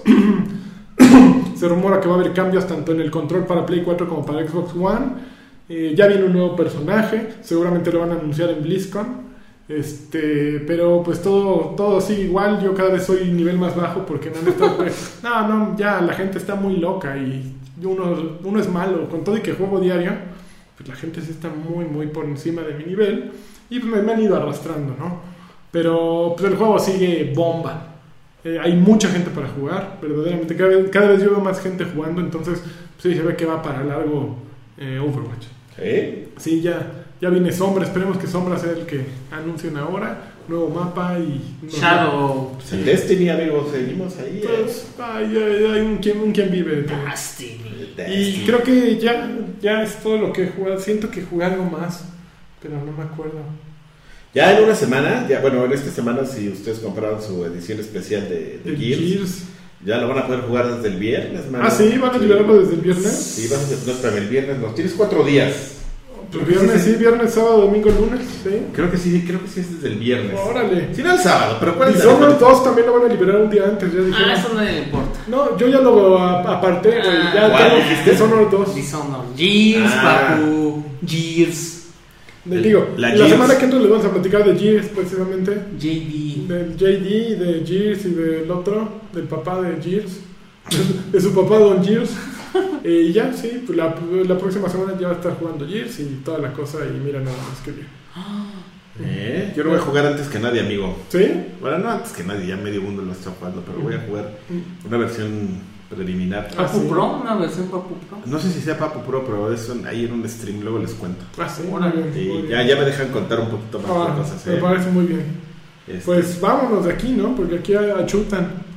Se rumora que va a haber cambios tanto en el control para Play cuatro como para Xbox One. Eh, ya viene un nuevo personaje. Seguramente lo van a anunciar en BlizzCon. Este, pero pues todo, todo sigue igual. Yo cada vez soy nivel más bajo porque no han estado. No, no, ya la gente está muy loca y uno, uno es malo. Con todo y que juego diario, pues la gente sí está muy, muy por encima de mi nivel. Y pues me, me han ido arrastrando, ¿no? Pero pues el juego sigue bomba. Eh, hay mucha gente para jugar, verdaderamente. Cada vez, cada vez yo veo más gente jugando, entonces pues, sí se ve que va para largo eh, Overwatch. ¿Eh? Sí, ya, ya viene Sombra. Esperemos que Sombra sea el que anuncien ahora. Nuevo mapa y. no sé. Shadow. Pues el Destiny, amigos, seguimos ahí. eh. Pues, ay, ay, ay, un quien, un quien vive. Destiny. Destiny. Y creo que ya, ya es todo lo que he jugado. Siento que jugué algo más, pero no me acuerdo. Ya en una semana, ya bueno, en esta semana, si ustedes compraron su edición especial de, de El Gears, Gears. ya lo van a poder jugar desde el viernes, mano. Ah, sí, van a liberarlo desde el viernes. Sí, vas a, no, espérame, el viernes no. Tienes cuatro días. Pues viernes sí, viernes, sábado, domingo, lunes, sí. Creo que sí, creo que sí es desde el viernes. Órale. Sí, no el sábado, pero ¿cuál Y es son la los dos también lo van a liberar un día antes, ya dijeron. Ah, eso no le importa. No, yo ya lo a- aparté, güey. Ah, Ya ¿cuál tengo dijiste? Dishonored dos. Dishonored. Gears, Ah. papu. Gears. Le digo, La la, Gears. semana que entra les vamos a platicar de Gears, precisamente. J D. Del J D, de Gears y del otro, del papá de Gears. De su papá, Don Gears. Eh, Y ya, sí, pues la, la próxima semana ya va a estar jugando Gears y toda la cosa. Y mira nada más que bien. ¿Eh? Yo lo voy a jugar antes que nadie, amigo. ¿Sí? Bueno, no antes que nadie, ya medio mundo lo está jugando, pero voy a jugar una versión preliminar. Ah, Papu sí. Pro, una versión Papu Pro. No sé si sea Papu Pro, pero es un- ahí en un stream, luego les cuento. Ah, sí, muy Órale. bien, Y muy ya, bien. ya me dejan contar un poquito más Ah, de cosas. me ¿eh? parece muy bien. Este, Pues vámonos de aquí, ¿no? Porque aquí achutan.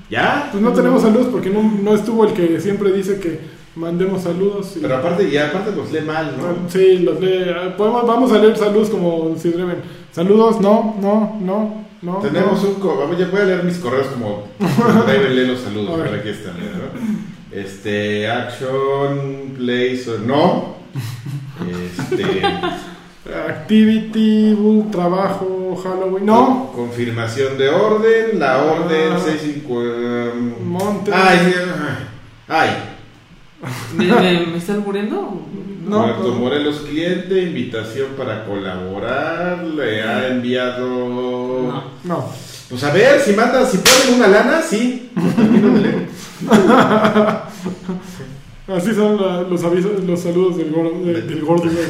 ¿Ya? Pues no tenemos saludos porque no, no estuvo el que siempre dice que mandemos saludos. Y... Pero aparte, y aparte los lee mal, ¿no? Sí, los lee. Podemos, vamos a leer saludos como si deben. Saludos, no, no, no, no. Tenemos no. un... Co- vamos, ya voy a leer mis correos como... Deben leer los saludos, A ver. para aquí están, ¿no? Este, action, place, or no. Este... Activity, bull, trabajo, Halloween. No. Con- confirmación de orden, la orden Ah. seis cincuenta... Monte. Ay, ay. ¿Me, me, me estás muriendo? No, Puerto no. Morelos cliente, invitación para colaborar, le ha enviado... No. No. Pues a ver, si mandan, si ponen una lana, sí. Pues termino de leer. Así son la- los avisos, los saludos del gordo, de- del gordo, güey.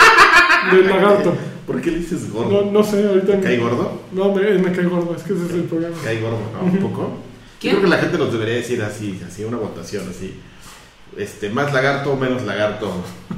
Del lagarto. ¿Por qué le dices No, gordo? no sé, ahorita. ¿Te cae gordo? No, me, me cae gordo, es que ese es el programa. ¿Cae gordo? ¿No? ¿Un poco? ¿Quién? Yo creo que la gente nos debería decir así, así, una votación así. Este, más lagarto o menos lagarto.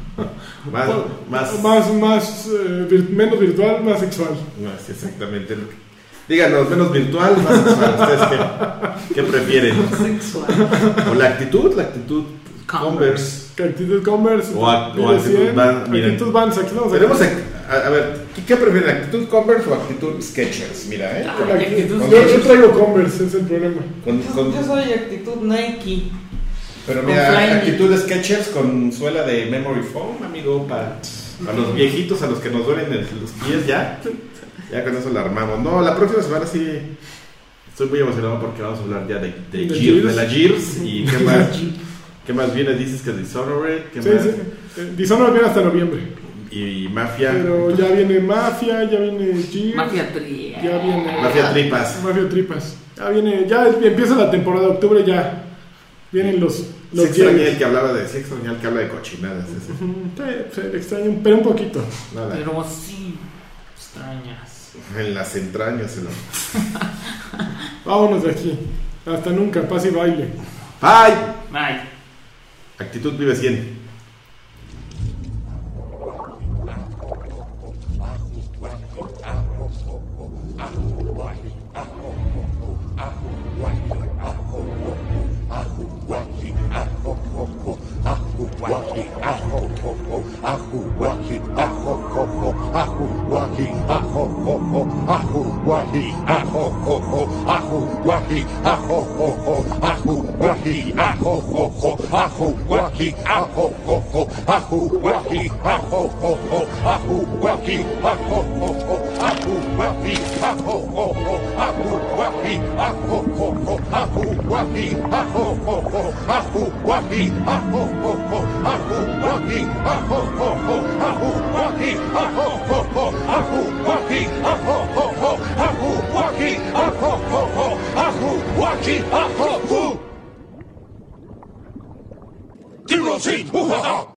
Más, más, Más, más, eh, vir- menos virtual, más sexual. más, exactamente. Díganos, menos virtual, más sexual. ¿Ustedes qué, qué prefieren? Sexual. ¿O la actitud? La actitud Converse. Converse. Que actitud Converse. O a- o Vive actitud cien, Vans, miren. actitud Vans, aquí vamos a- Tenemos, act- a, a ver, ¿qué, qué prefieren? ¿Actitud Converse o actitud Skechers? Mira, ¿eh? Ah, Con la- actitud yo, yo traigo Converse, es el problema. Con, Yo, con- yo soy actitud Nike. pero con mira, Flyknit. actitud Skechers con suela de memory foam, amigo, para, para los viejitos, a los que nos duelen el- los pies, ya. Ya con eso la armamos. No, la próxima semana sí estoy muy emocionado porque vamos a hablar ya de, de, De Gears, Gears. de la Gears. ¿Y qué más? ¿Qué más viene? Dices que Dishonored, ¿qué Sí, más? sí. Eh, Dishonored viene hasta noviembre. Y, y Mafia. Pero ya viene Mafia, ya viene Gears. Mafia tri. Ya viene. Mafia Tripas. Mafia Tripas. Ya viene, ya empieza la temporada de octubre, ya. Vienen los. Sí los extrañé viernes. el que hablaba de, sí extrañé el que habla de cochinadas. Ese. Ujú, sí, sí, extraño, pero un poquito. Nada. Pero sí, extrañas. En las entrañas. En la... Vámonos de aquí. Hasta nunca, paz y baile. ¡Bye! Bye. Actitud vive cien. Zero,